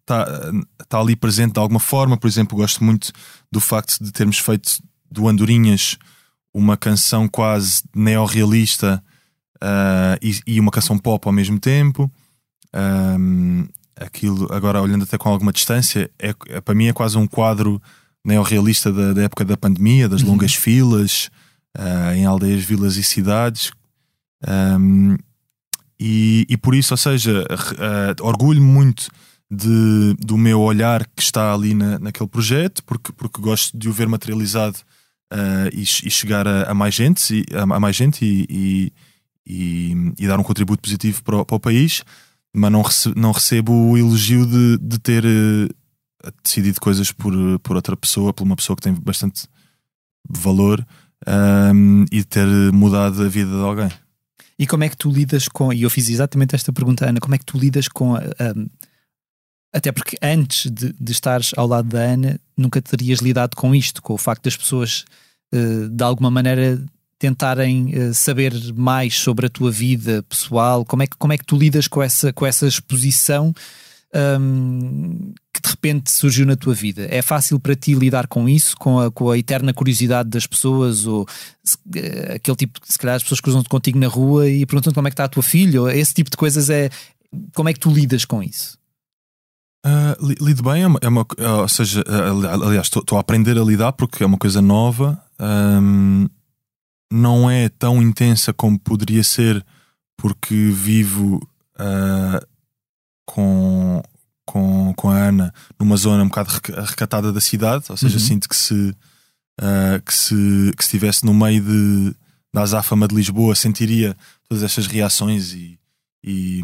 está tá ali presente de alguma forma. Por exemplo, gosto muito do facto de termos feito do Andorinhas uma canção quase neorrealista uh, e, e uma canção pop ao mesmo tempo. Um, aquilo, agora olhando até com alguma distância, é, é, para mim é quase um quadro neorrealista da, da época da pandemia, das uhum. longas filas uh, em aldeias, vilas e cidades. Um, e, e por isso, ou seja, uh, orgulho muito de, do meu olhar que está ali na, naquele projeto, porque, porque gosto de o ver materializado uh, e, e chegar a, a mais gente, e, a, a mais gente e, e, e, e dar um contributo positivo para o, para o país, mas não recebo, não recebo o elogio de, de ter uh, decidido coisas por, por outra pessoa, por uma pessoa que tem bastante valor, um, e de ter mudado a vida de alguém. E como é que tu lidas com, e eu fiz exatamente esta pergunta, Ana, como é que tu lidas com, um, até porque antes de, de estares ao lado da Ana, nunca terias lidado com isto, com o facto das pessoas uh, de alguma maneira tentarem uh, saber mais sobre a tua vida pessoal. Como é que, como é que tu lidas com essa, com essa exposição um, que de repente surgiu na tua vida? É fácil para ti lidar com isso, com a, com a eterna curiosidade das pessoas, ou se, uh, aquele tipo, se calhar as pessoas cruzam-te contigo na rua e perguntam como é que está a tua filha, ou esse tipo de coisas? É, como é que tu lidas com isso? Uh, lido bem, é uma, é uma, ou seja, aliás, estou a aprender a lidar porque é uma coisa nova. Um, não é tão intensa como poderia ser, porque vivo uh, com, com, com a Ana numa zona um bocado recatada da cidade, ou seja, uhum. sinto que se, uh, que se que se estivesse no meio de, da azáfama de Lisboa, sentiria todas estas reações e, e,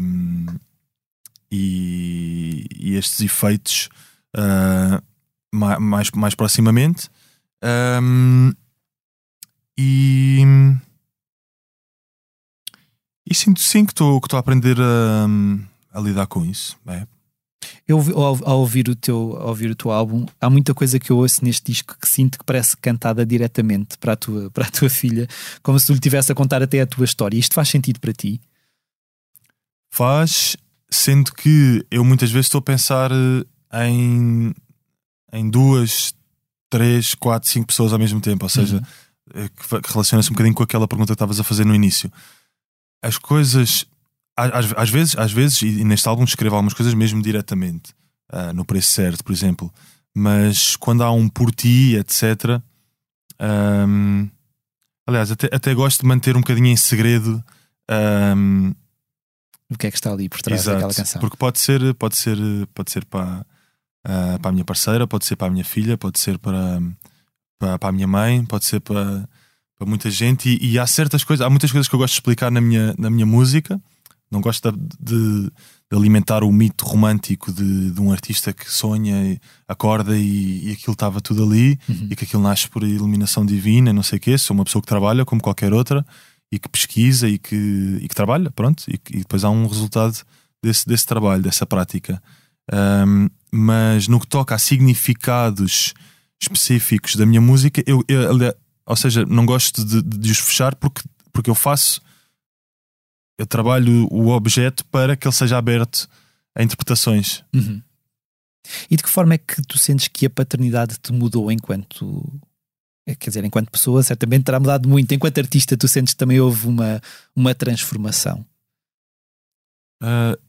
e, e estes efeitos uh, mais, mais proximamente. Um, E, e sinto sim que estou que estou a aprender a, a lidar com isso. É. Eu, ao, ao, ouvir o teu, ao ouvir o teu álbum, há muita coisa que eu ouço neste disco que sinto que parece cantada diretamente para a tua, para a tua filha, como se tu lhe estivesse a contar até a tua história. Isto faz sentido para ti? Faz, sendo que eu muitas vezes estou a pensar em, em duas, três, quatro, cinco pessoas ao mesmo tempo. Ou seja, uhum. que relaciona-se um bocadinho com aquela pergunta que estavas a fazer no início. As coisas, às, às vezes, às vezes, e neste álbum escrevo algumas coisas mesmo diretamente, uh, no Preço Certo, por exemplo, mas quando há um por ti, etcétera. Um, aliás, até, até gosto de manter um bocadinho em segredo um, o que é que está ali por trás exato, daquela canção. Porque pode ser, pode ser, pode ser para, uh, para a minha parceira, pode ser para a minha filha, pode ser para... Para, para a minha mãe, pode ser para, para muita gente, e, e há certas coisas, há muitas coisas que eu gosto de explicar na minha, na minha música. Não gosto de, de, de alimentar o mito romântico de, de um artista que sonha, acorda e, e aquilo estava tudo ali, uhum. e que aquilo nasce por iluminação divina, não sei o quê. Sou uma pessoa que trabalha como qualquer outra e que pesquisa e que, e que trabalha, pronto, e, e depois há um resultado desse, desse trabalho, dessa prática. Um, mas no que toca a significados específicos da minha música, eu, eu, ou seja, não gosto de, de, de os fechar porque, porque eu faço, eu trabalho o objeto para que ele seja aberto a interpretações. Uhum. E de que forma é que tu sentes que a paternidade te mudou enquanto, quer dizer, enquanto pessoa? Certamente terá mudado muito. Enquanto artista, tu sentes que também houve uma, uma transformação? Uh,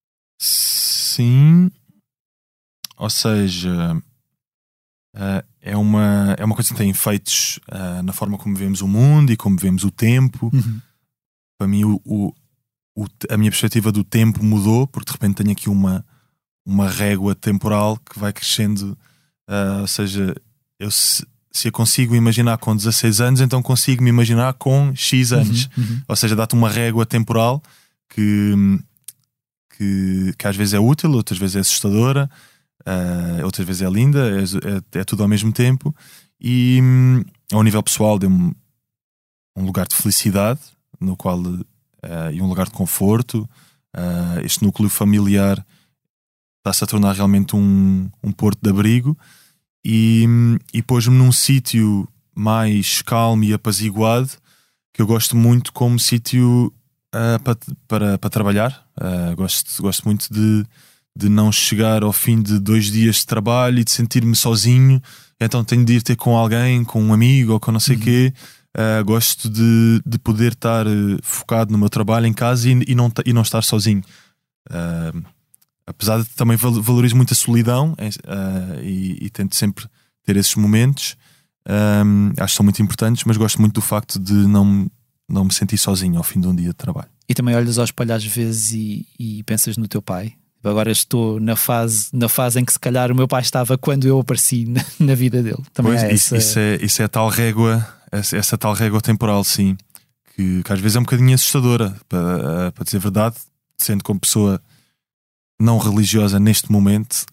sim, ou seja, Uh, é, uma, é uma coisa que tem efeitos uh, na forma como vemos o mundo e como vemos o tempo. Uhum. Para mim, o, o, o, a minha perspectiva do tempo mudou, porque de repente tenho aqui uma, uma régua temporal que vai crescendo. Uh, ou seja, eu se, se eu consigo imaginar com dezasseis anos, então consigo me imaginar com X anos. Uhum. Uhum. Ou seja, dá-te uma régua temporal que, que, que às vezes é útil, outras vezes é assustadora. Uh, outras vezes é linda, é, é, é tudo ao mesmo tempo, e um, ao nível pessoal deu-me um lugar de felicidade no qual, uh, e um lugar de conforto. Uh, este núcleo familiar está-se a tornar realmente um, um porto de abrigo, e, e pôs-me num sítio mais calmo e apaziguado, que eu gosto muito como sítio uh, para, para, para trabalhar. Uh, gosto, gosto muito de de não chegar ao fim de dois dias de trabalho e de sentir-me sozinho, então tenho de ir ter com alguém, com um amigo ou com não sei o uhum. quê. Uh, gosto de, de poder estar uh, focado no meu trabalho em casa e, e, não, e não estar sozinho. Uh, apesar de também valorizo muito a solidão uh, e, e tento sempre ter esses momentos. Um, acho que são muito importantes, mas gosto muito do facto de não, não me sentir sozinho ao fim de um dia de trabalho. E também olhas ao espelho às vezes e, e pensas no teu pai. Agora estou na fase, na fase em que se calhar o meu pai estava quando eu apareci na, na vida dele. Também pois, é isso, essa... isso, é, isso é a tal régua, essa, essa tal régua temporal, sim, que, que às vezes é um bocadinho assustadora, para, para dizer a verdade, sendo como pessoa não religiosa neste momento.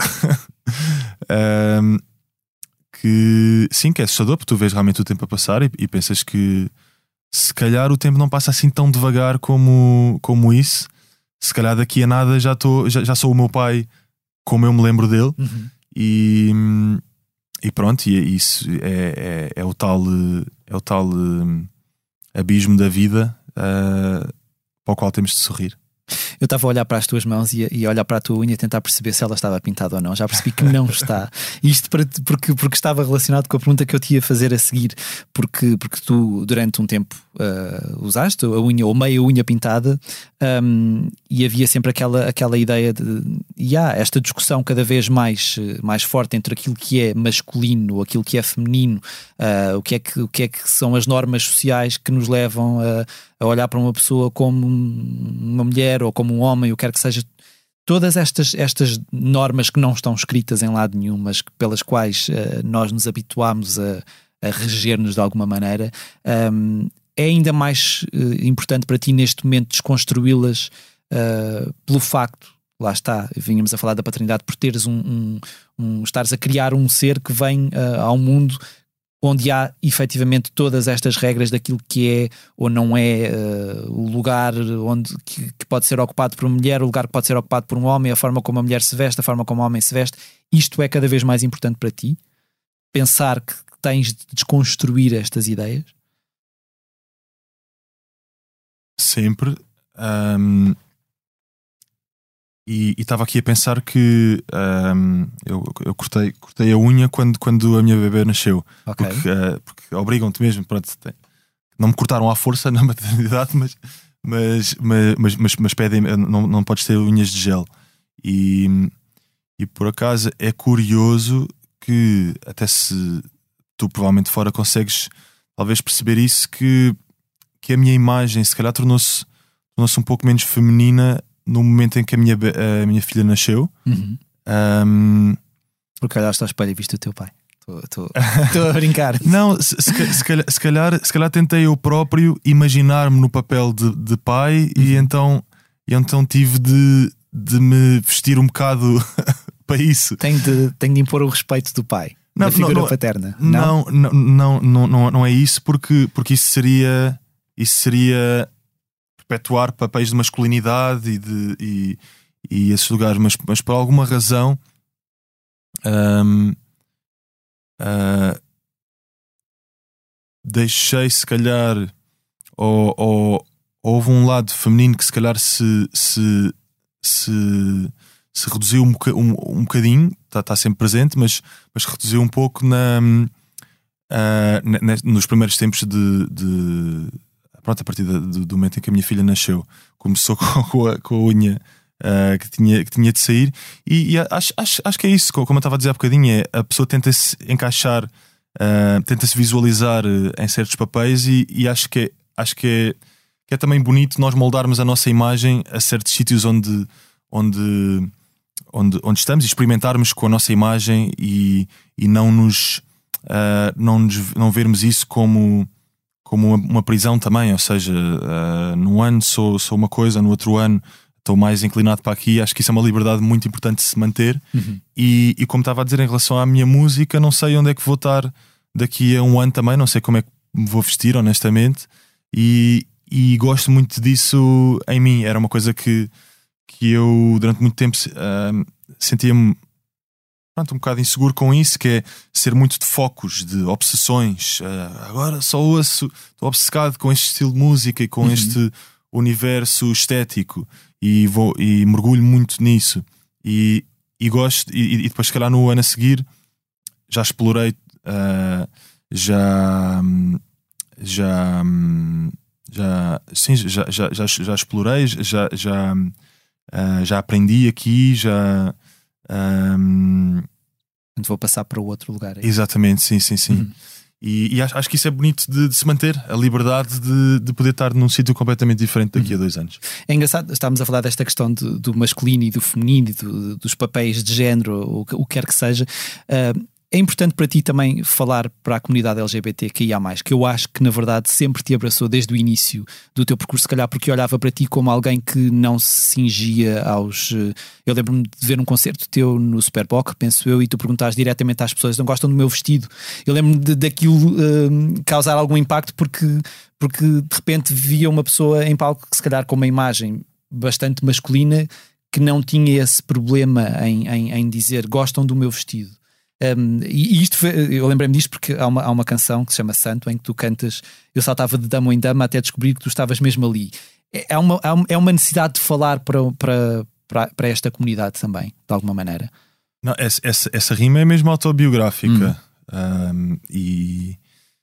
um, que sim, que é assustador, porque tu vês realmente o tempo a passar e, e pensas que se calhar o tempo não passa assim tão devagar como, como isso. Se calhar daqui a nada já, tô, já, já sou o meu pai como eu me lembro dele. Uhum. e, e pronto, e isso é, é, é o tal, é o tal um, abismo da vida uh, para o qual temos de sorrir. Eu estava a olhar para as tuas mãos e a, e a olhar para a tua unha, tentar perceber se ela estava pintada ou não. Já percebi que não está. Isto para, porque, porque estava relacionado com a pergunta que eu te ia fazer a seguir. Porque, porque tu, durante um tempo, uh, usaste a unha ou meia unha pintada, um, e havia sempre aquela, aquela ideia de. E há esta discussão cada vez mais, mais forte entre aquilo que é masculino, aquilo que é feminino, uh, o, que é que, o que é que são as normas sociais que nos levam a. a olhar para uma pessoa como uma mulher ou como um homem, o que quer que seja. Todas estas, estas normas que não estão escritas em lado nenhum, mas pelas quais uh, nós nos habituámos a, a reger-nos de alguma maneira, um, é ainda mais uh, importante para ti neste momento desconstruí-las uh, pelo facto, lá está, vínhamos a falar da paternidade, por teres um, um, um estares a criar um ser que vem uh, ao mundo onde há efetivamente todas estas regras daquilo que é ou não é uh, o lugar onde, que, que pode ser ocupado por uma mulher, o lugar que pode ser ocupado por um homem, a forma como a mulher se veste, a forma como o homem se veste. Isto é cada vez mais importante para ti? Pensar que tens de desconstruir estas ideias? Sempre. Um, e estava aqui a pensar que um, eu, eu cortei, cortei a unha quando, quando a minha bebê nasceu. Okay. Porque, uh, porque obrigam-te mesmo. Pronto, não me cortaram à força na maternidade, mas, mas, mas, mas, mas pedem, não, não podes ter unhas de gel. E, e por acaso é curioso que, até se tu provavelmente fora consegues talvez perceber isso, que, que a minha imagem se calhar tornou-se, tornou-se um pouco menos feminina no momento em que a minha, a minha filha nasceu. Uhum. Um... Porque olhaste ao espelho e viste o teu pai. Estou a brincar. Não, se, se, se, calhar, se, calhar, se calhar tentei eu próprio imaginar-me no papel de, de pai. Uhum. e, então, e então tive de, de me vestir um bocado para isso. Tenho de, tenho de impor o respeito do pai, não, da figura não, paterna. Não, não, não, não, não, não é isso, porque, porque isso seria, isso seria perpetuar papéis de masculinidade e, de, e, e esses lugares, mas, mas por alguma razão um, uh, deixei se calhar ou, ou houve um lado feminino que se calhar se, se, se, se reduziu um, um, um bocadinho, está tá sempre presente, mas, mas reduziu um pouco na, uh, na, nos primeiros tempos de, de pronto, a partir do, do momento em que a minha filha nasceu. Começou com a, com a unha uh, que, tinha, que tinha de sair. E, e acho, acho, acho que é isso, como eu estava a dizer há bocadinho, é, a pessoa tenta-se encaixar, uh, tenta-se visualizar em certos papéis e, e acho, que é, acho que, é, que é também bonito nós moldarmos a nossa imagem a certos sítios onde, onde, onde, onde estamos e experimentarmos com a nossa imagem e, e não, nos, uh, não, nos, não vermos isso como como uma, uma prisão também, ou seja, uh, num ano sou, sou uma coisa, no outro ano estou mais inclinado para aqui. Acho que isso é uma liberdade muito importante de se manter. Uhum. e, e como estava a dizer em relação à minha música, não sei onde é que vou estar daqui a um ano também, não sei como é que me vou vestir honestamente, e, e gosto muito disso em mim. Era uma coisa que, que eu durante muito tempo uh, sentia-me pronto, um bocado inseguro com isso, que é ser muito de focos, de obsessões. Uh, agora só ouço, estou obcecado com este estilo de música e com uhum. este universo estético e, vou, e mergulho muito nisso. e, e gosto, e, e depois se calhar no ano a seguir já explorei, uh, já já já sim, já, já, já, já explorei, já, já, uh, já aprendi aqui, já um... vou passar para o outro lugar. É? Exatamente, sim, sim, sim. Uhum. E, e acho, acho que isso é bonito de, de se manter, a liberdade de, de poder estar num sítio completamente diferente daqui uhum. a dois anos. É engraçado, estávamos a falar desta questão de, do masculino e do feminino e do, dos papéis de género, o, o que quer que seja. Uh, É importante para ti também falar para a comunidade L G B T Q I A mais, que eu acho que na verdade sempre te abraçou desde o início do teu percurso, se calhar porque olhava para ti como alguém que não se cingia aos... Eu lembro-me de ver um concerto teu no Superboc, penso eu, e tu perguntaste diretamente às pessoas: não gostam do meu vestido? Eu lembro-me de, daquilo uh, causar algum impacto porque, porque de repente via uma pessoa em palco que se calhar com uma imagem bastante masculina que não tinha esse problema em, em, em dizer gostam do meu vestido. Um, e isto foi, eu lembrei-me disto porque há uma, há uma canção que se chama Santo, em que tu cantas eu saltava de dama em dama até descobrir que tu estavas mesmo ali. É uma, é uma necessidade de falar para, para, para, para esta comunidade também, de alguma maneira. Não, essa, essa, essa rima é mesmo autobiográfica. Hum. um, e,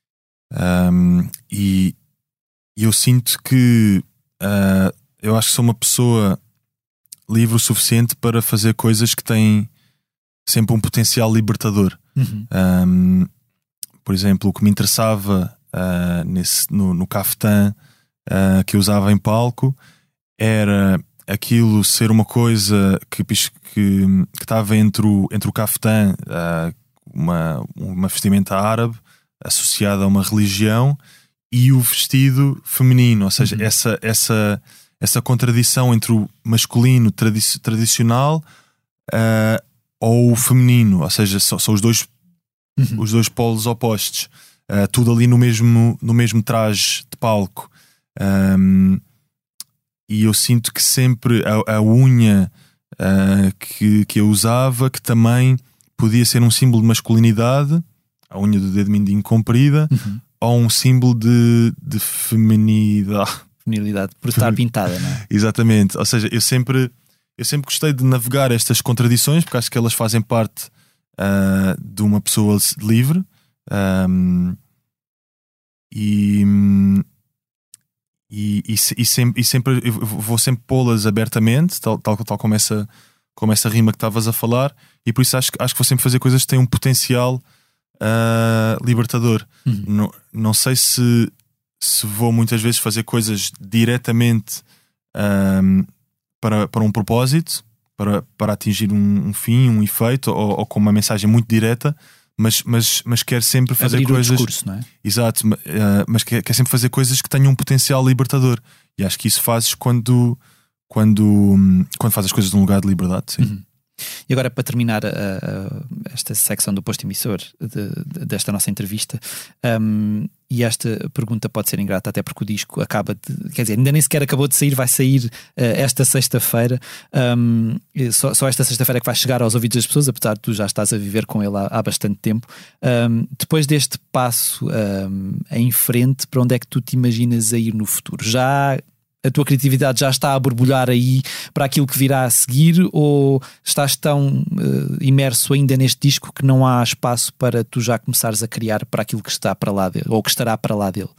um, e eu sinto que uh, eu acho que sou uma pessoa livre o suficiente para fazer coisas que têm sempre um potencial libertador. Uhum. Um, por exemplo, o que me interessava uh, nesse, no, no caftan uh, que eu usava em palco era aquilo ser uma coisa que, que, que estava entre o, entre o caftan, uh, uma, uma vestimenta árabe associada a uma religião, e o vestido feminino, ou seja, uhum. essa, essa, essa contradição entre o masculino tradi- tradicional uh, ou o feminino, ou seja, são, são os dois uhum. os dois polos opostos, uh, tudo ali no mesmo, no mesmo traje de palco. Um, e eu sinto que sempre a, a unha uh, que, que eu usava, que também podia ser um símbolo de masculinidade, a unha do dedo mindinho comprida, uhum. ou um símbolo de, de feminilidade. Feminilidade, por estar pintada, não é? Exatamente, ou seja, eu sempre Eu sempre gostei de navegar estas contradições, porque acho que elas fazem parte uh, de uma pessoa livre, um, e, e, e, e, sempre, e sempre eu vou sempre pô-las abertamente, tal, tal, tal como, essa, como essa rima que estavas a falar, e por isso acho, acho que vou sempre fazer coisas que têm um potencial uh, libertador. Uhum. Não, não sei se, se vou muitas vezes fazer coisas diretamente um, Para, para um propósito, para, para atingir um, um fim, um efeito, ou, ou com uma mensagem muito direta, mas, mas, mas quer sempre fazer Abrir coisas. O discurso, não é? Exato, uh, mas quer, quer sempre fazer coisas que tenham um potencial libertador. E acho que isso fazes quando, quando, quando fazes as coisas num lugar de liberdade. Sim. Uhum. E agora, para terminar a, a, esta secção do posto emissor de, de, desta nossa entrevista, um, e esta pergunta pode ser ingrata, até porque o disco acaba de, quer dizer, ainda nem sequer acabou de sair, vai sair uh, esta sexta-feira, um, só, só esta sexta-feira é que vai chegar aos ouvidos das pessoas, apesar de tu já estás a viver com ele há, há bastante tempo. Um, depois deste passo um, em frente, para onde é que tu te imaginas a ir no futuro? Já a tua criatividade já está a borbulhar aí para aquilo que virá a seguir, ou estás tão uh, imerso ainda neste disco que não há espaço para tu já começares a criar para aquilo que está para lá dele, ou que estará para lá dele?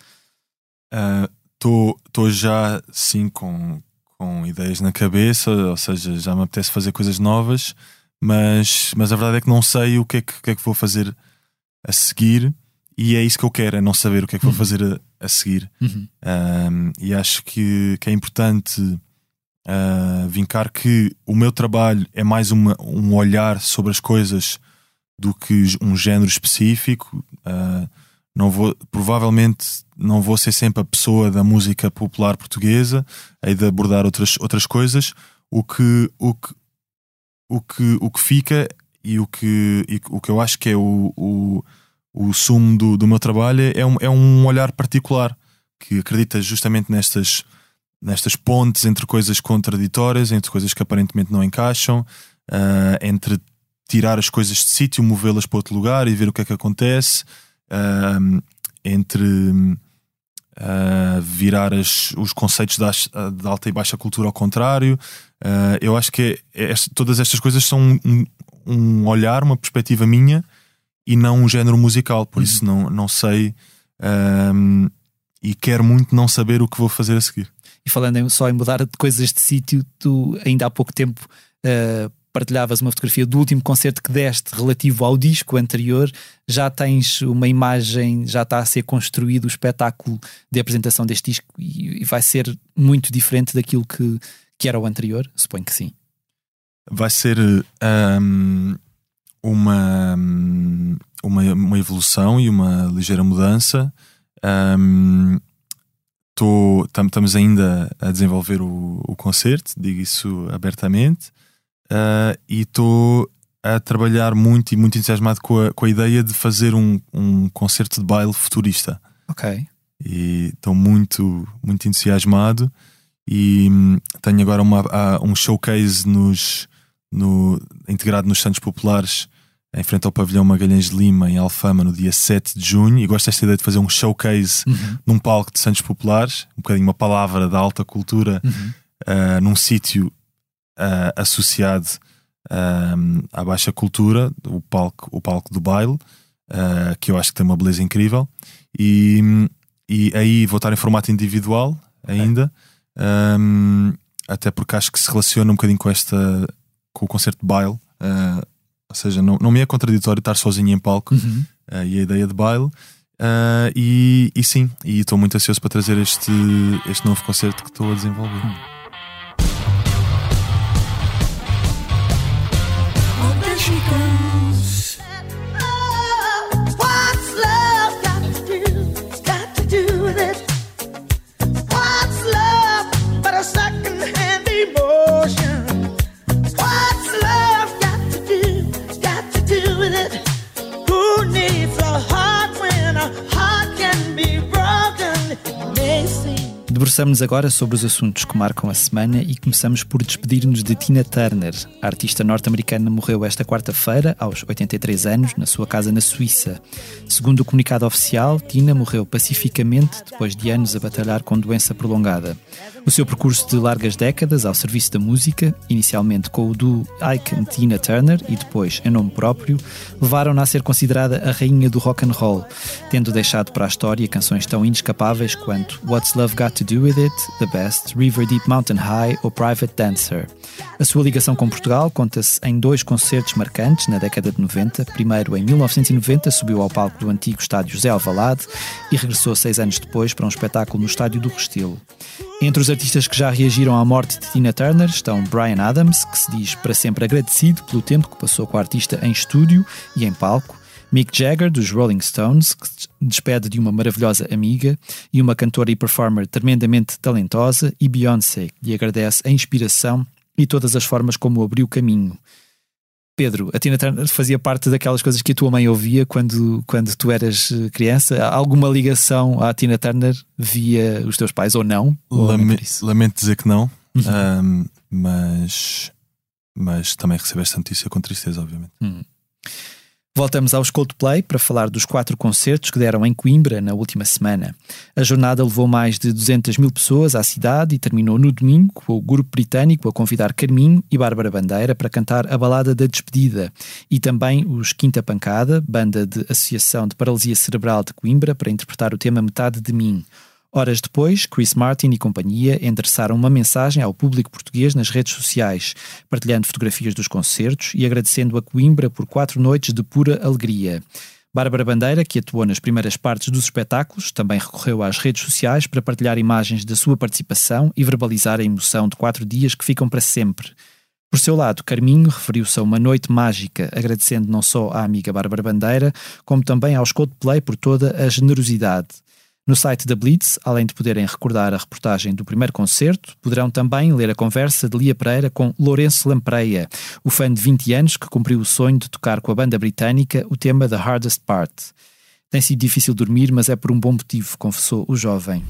Estou uh, já sim com, com ideias na cabeça, ou seja, já me apetece fazer coisas novas, mas, mas a verdade é que não sei o que é que, o que, é que vou fazer a seguir. E é isso que eu quero, é não saber o que é que vou fazer a, a seguir. Uhum. Um, e acho que, que é importante uh, vincar que o meu trabalho é mais uma, um olhar sobre as coisas do que um género específico. Uh, não vou, provavelmente não vou ser sempre a pessoa da música popular portuguesa, hei de abordar outras, outras coisas. O que, o, que, o, que, o que fica e o que, e o que eu acho que é o... o O sumo do, do meu trabalho é um, é um olhar particular que acredita justamente nestas, nestas pontes entre coisas contraditórias, entre coisas que aparentemente não encaixam, uh, entre tirar as coisas de sítio, movê-las para outro lugar e ver o que é que acontece, uh, entre uh, virar as, os conceitos da, da alta e baixa cultura ao contrário. Uh, eu acho que é, é, todas estas coisas são um, um olhar, uma perspectiva minha e não um género musical, por uhum. isso não, não sei um, e quero muito não saber o que vou fazer a seguir. E falando em, só em mudar de coisas de sítio, tu ainda há pouco tempo uh, partilhavas uma fotografia do último concerto que deste relativo ao disco anterior. Já tens uma imagem, já está a ser construído o espetáculo de apresentação deste disco e, e vai ser muito diferente daquilo que, que era o anterior? Suponho que sim. Vai ser um, uma, uma, uma evolução e uma ligeira mudança. Um, Estamos ainda a desenvolver o, o concerto, digo isso abertamente, uh, e estou a trabalhar muito e muito entusiasmado com a, com a ideia de fazer um, um concerto de baile futurista. Ok. E estou muito, muito entusiasmado e hum, tenho agora uma, uh, um showcase nos, no, integrado nos Santos Populares, em frente ao pavilhão Magalhães de Lima, em Alfama, no dia sete de junho, e gosto desta ideia de fazer um showcase uhum. num palco de Santos Populares, um bocadinho uma palavra da alta cultura, uhum. uh, num sítio uh, associado uh, à baixa cultura, o palco, o palco do baile, uh, que eu acho que tem uma beleza incrível, e, e aí vou estar em formato individual ainda, okay. um, até porque acho que se relaciona um bocadinho com, esta, com o concerto de baile. Uh, Ou seja, não, não me é contraditório estar sozinho em palco uhum. uh, e a ideia de baile. Uh, e, e sim, e estou muito ansioso para trazer este, este novo concerto que estou a desenvolver. Hum. Debruçamos-nos agora sobre os assuntos que marcam a semana e começamos por despedir-nos de Tina Turner. A artista norte-americana morreu esta quarta-feira, aos oitenta e três anos, na sua casa na Suíça. Segundo o comunicado oficial, Tina morreu pacificamente depois de anos a batalhar com doença prolongada. O seu percurso de largas décadas ao serviço da música, inicialmente com o duo Ike and Tina Turner e depois em nome próprio, levaram-na a ser considerada a rainha do rock and roll, tendo deixado para a história canções tão inescapáveis quanto What's Love Got to Do With It, The Best, River Deep Mountain High ou Private Dancer. A sua ligação com Portugal conta-se em dois concertos marcantes na década de noventa. Primeiro, em mil novecentos e noventa, subiu ao palco do antigo estádio José Alvalade e regressou seis anos depois para um espetáculo no estádio do Restelo. Entre os artistas que já reagiram à morte de Tina Turner estão Bryan Adams, que se diz para sempre agradecido pelo tempo que passou com a artista em estúdio e em palco, Mick Jagger, dos Rolling Stones, que se despede de uma maravilhosa amiga, e uma cantora e performer tremendamente talentosa, e Beyoncé, que lhe agradece a inspiração e todas as formas como abriu caminho. Pedro, a Tina Turner fazia parte daquelas coisas que a tua mãe ouvia quando, quando tu eras criança? Há alguma ligação à Tina Turner via os teus pais ou não? Lame, ou lamento dizer que não, uhum. um, mas, mas também recebeste a notícia com tristeza, obviamente. Uhum. Voltamos aos Coldplay para falar dos quatro concertos que deram em Coimbra na última semana. A jornada levou mais de duzentas mil pessoas à cidade e terminou no domingo com o grupo britânico a convidar Carminho e Bárbara Bandeira para cantar a balada da despedida e também os Quinta Pancada, banda de Associação de Paralisia Cerebral de Coimbra, para interpretar o tema Metade de Mim. Horas depois, Chris Martin e companhia endereçaram uma mensagem ao público português nas redes sociais, partilhando fotografias dos concertos e agradecendo a Coimbra por quatro noites de pura alegria. Bárbara Bandeira, que atuou nas primeiras partes dos espetáculos, também recorreu às redes sociais para partilhar imagens da sua participação e verbalizar a emoção de quatro dias que ficam para sempre. Por seu lado, Carminho referiu-se a uma noite mágica, agradecendo não só à amiga Bárbara Bandeira, como também aos Coldplay por toda a generosidade. No site da Blitz, além de poderem recordar a reportagem do primeiro concerto, poderão também ler a conversa de Lia Pereira com Lourenço Lampreia, o fã de vinte anos que cumpriu o sonho de tocar com a banda britânica o tema The Hardest Part. Tem sido difícil dormir, mas é por um bom motivo, confessou o jovem.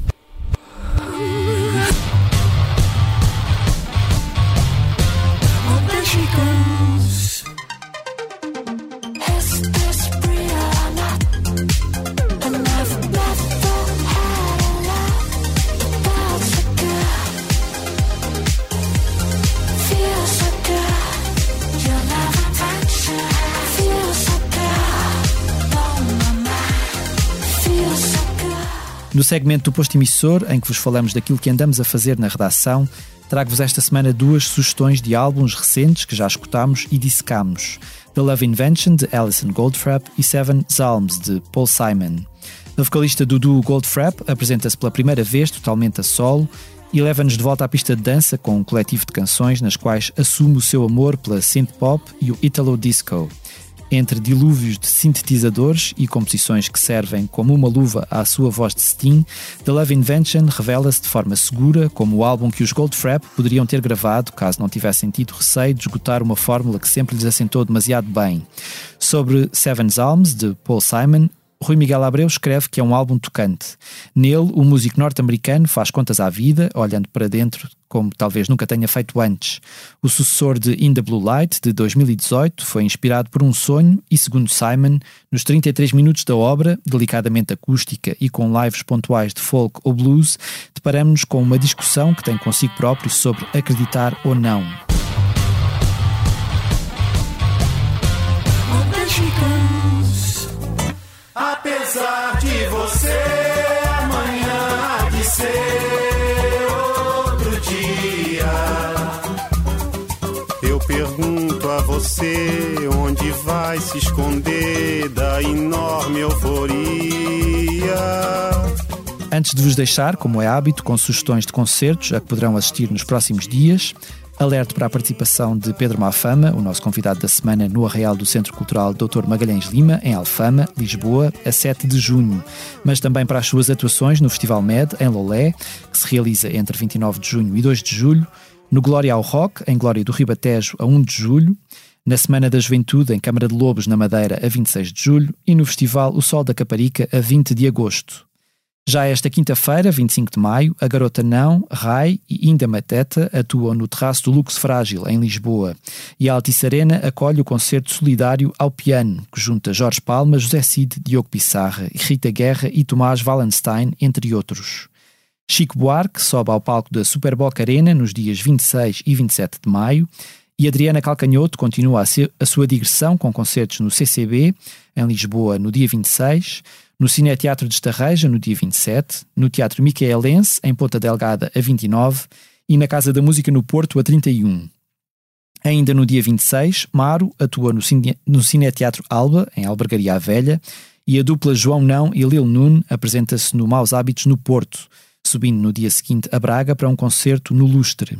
No segmento do Posto Emissor, em que vos falamos daquilo que andamos a fazer na redação, trago-vos esta semana duas sugestões de álbuns recentes que já escutámos e dissecámos: The Love Invention, de Alison Goldfrapp, e Seven Psalms, de Paul Simon. A vocalista do duo Goldfrapp apresenta-se pela primeira vez totalmente a solo e leva-nos de volta à pista de dança com um coletivo de canções nas quais assume o seu amor pela synth-pop e o italo-disco. Entre dilúvios de sintetizadores e composições que servem como uma luva à sua voz de Sting, The Love Invention revela-se de forma segura como o álbum que os Goldfrapp poderiam ter gravado caso não tivessem tido receio de esgotar uma fórmula que sempre lhes assentou demasiado bem. Sobre Seven Psalms, de Paul Simon, Rui Miguel Abreu escreve que é um álbum tocante. Nele, o músico norte-americano faz contas à vida, olhando para dentro como talvez nunca tenha feito antes. O sucessor de In the Blue Light, de dois mil e dezoito, foi inspirado por um sonho e, segundo Simon, nos trinta e três minutos da obra, delicadamente acústica e com lives pontuais de folk ou blues, deparamos-nos com uma discussão que tem consigo próprio sobre acreditar ou não. Apesar de você, amanhã há de ser outro dia. Eu pergunto a você onde vai se esconder da enorme euforia. Antes de vos deixar, como é hábito, com sugestões de concertos a que poderão assistir nos próximos dias, alerto para a participação de Pedro Mafama, o nosso convidado da semana, no Arraial do Centro Cultural doutor Magalhães Lima, em Alfama, Lisboa, a sete de junho. Mas também para as suas atuações no Festival M E D, em Lolé, que se realiza entre vinte e nove de junho e dois de julho, no Glória ao Rock, em Glória do Ribatejo, a um de julho, na Semana da Juventude, em Câmara de Lobos, na Madeira, a vinte e seis de julho, e no Festival O Sol da Caparica, a vinte de agosto. Já esta quinta-feira, vinte e cinco de maio, a Garota Não, Rai e Inda Mateta atuam no terraço do Lux Frágil, em Lisboa, e a Altice Arena acolhe o concerto solidário Ao Piano, que junta Jorge Palma, José Cid, Diogo Pissarra, Rita Guerra e Tomás Wallenstein, entre outros. Chico Buarque sobe ao palco da Superboc Arena nos dias vinte e seis e vinte e sete de maio, e Adriana Calcanhoto continua a, ser, a sua digressão com concertos no C C B, em Lisboa, no dia vinte e seis, no Cineteatro de Estarreja, no dia vinte e sete, no Teatro Micaelense, em Ponta Delgada, a vinte e nove, e na Casa da Música no Porto, a trinta e um. Ainda no dia vinte e seis, Maro atua no, Cine, no Cineteatro Alba, em Albergaria à Velha, e a dupla João Não e Lil Nun apresenta-se no Maus Hábitos, no Porto, subindo no dia seguinte a Braga para um concerto no Lustre.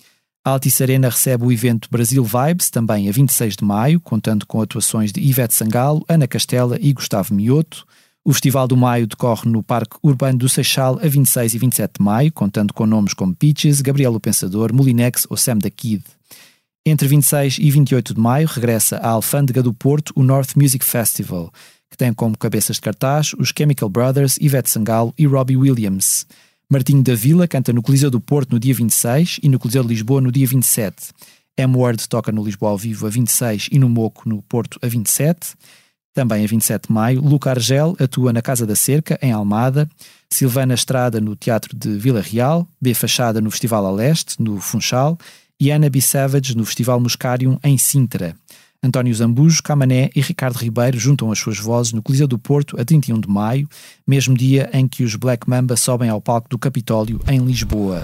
A Altice Arena recebe o evento Brasil Vibes, também a vinte e seis de maio, contando com atuações de Ivete Sangalo, Ana Castela e Gustavo Mioto. O Festival do Maio decorre no Parque Urbano do Seixal a vinte e seis e vinte e sete de maio, contando com nomes como Peaches, Gabriel o Pensador, Molinex ou Sam da Kid. Entre vinte e seis e vinte e oito de maio regressa à Alfândega do Porto o North Music Festival, que tem como cabeças de cartaz os Chemical Brothers, Ivete Sangalo e Robbie Williams. Martinho da Vila canta no Coliseu do Porto no dia vinte e seis e no Coliseu de Lisboa no dia vinte e sete. M-Word toca no Lisboa ao Vivo a vinte e seis e no Moco no Porto a vinte e sete. Também a vinte e sete de maio, Luca Argel atua na Casa da Cerca, em Almada, Silvana Estrada no Teatro de Vila Real, B. Fachada no Festival a Leste, no Funchal, e Ana B. Savage no Festival Muscarium, em Sintra. António Zambujo, Camané e Ricardo Ribeiro juntam as suas vozes no Coliseu do Porto a trinta e um de maio, mesmo dia em que os Black Mamba sobem ao palco do Capitólio, em Lisboa.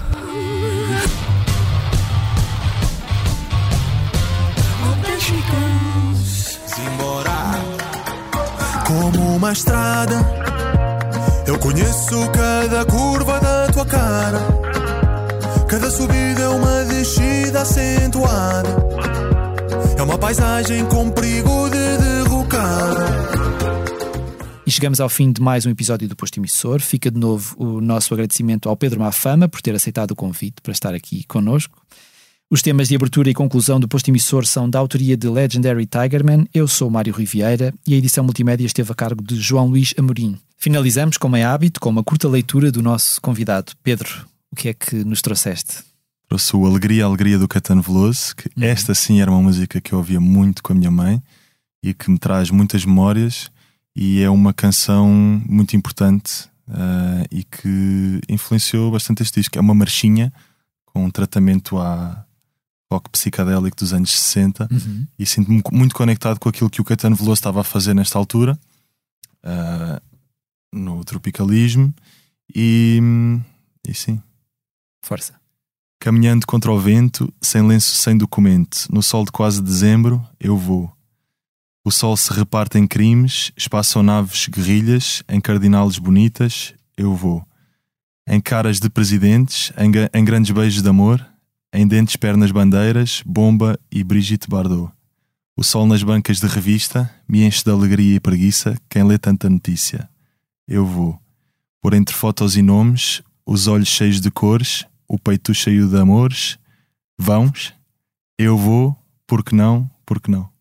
Como uma estrada, eu conheço cada curva da tua cara. Cada subida é uma descida acentuada. É uma paisagem com perigo de derrocada. E chegamos ao fim de mais um episódio do Posto Emissor. Fica de novo o nosso agradecimento ao Pedro Mafama por ter aceitado o convite para estar aqui connosco. Os temas de abertura e conclusão do Posto Emissor são da autoria de Legendary Tigerman. Eu sou o Mário Riviera e a edição multimédia esteve a cargo de João Luís Amorim. Finalizamos, como é hábito, com uma curta leitura do nosso convidado. Pedro, o que é que nos trouxeste? Trouxe o Alegria, Alegria do Caetano Veloso, que uhum. esta sim era uma música que eu ouvia muito com a minha mãe e que me traz muitas memórias, e é uma canção muito importante uh, e que influenciou bastante este disco. É uma marchinha com um tratamento à rock psicadélico dos anos sessenta, uhum. e sinto-me muito conectado com aquilo que o Caetano Veloso estava a fazer nesta altura, uh, no tropicalismo, E, e sim. Força. Caminhando contra o vento, sem lenço, sem documento, no sol de quase dezembro, eu vou. O sol se reparte em crimes, espaçonaves guerrilhas, em cardinales bonitas, eu vou. Em caras de presidentes, em, em grandes beijos de amor, em dentes, pernas, bandeiras, bomba e Brigitte Bardot. O sol nas bancas de revista me enche de alegria e preguiça quem lê tanta notícia. Eu vou. Por entre fotos e nomes, os olhos cheios de cores, o peito cheio de amores. Vamos? Eu vou, porque não, porque não.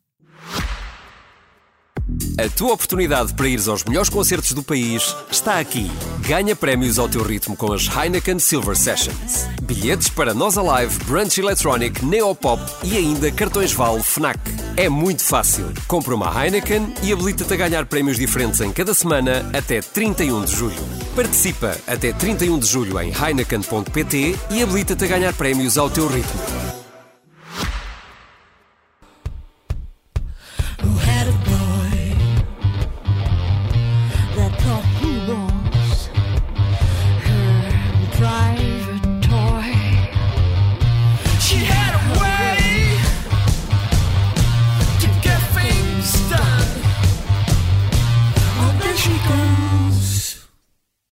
A tua oportunidade para ires aos melhores concertos do país está aqui. Ganha prémios ao teu ritmo com as Heineken Silver Sessions. Bilhetes para Nós Alive, Brunch Electronic, Neopop e ainda cartões Vale Fnac. É muito fácil. Compra uma Heineken e habilita-te a ganhar prémios diferentes em cada semana até trinta e um de julho. Participa até trinta e um de julho em heineken ponto pt e habilita-te a ganhar prémios ao teu ritmo.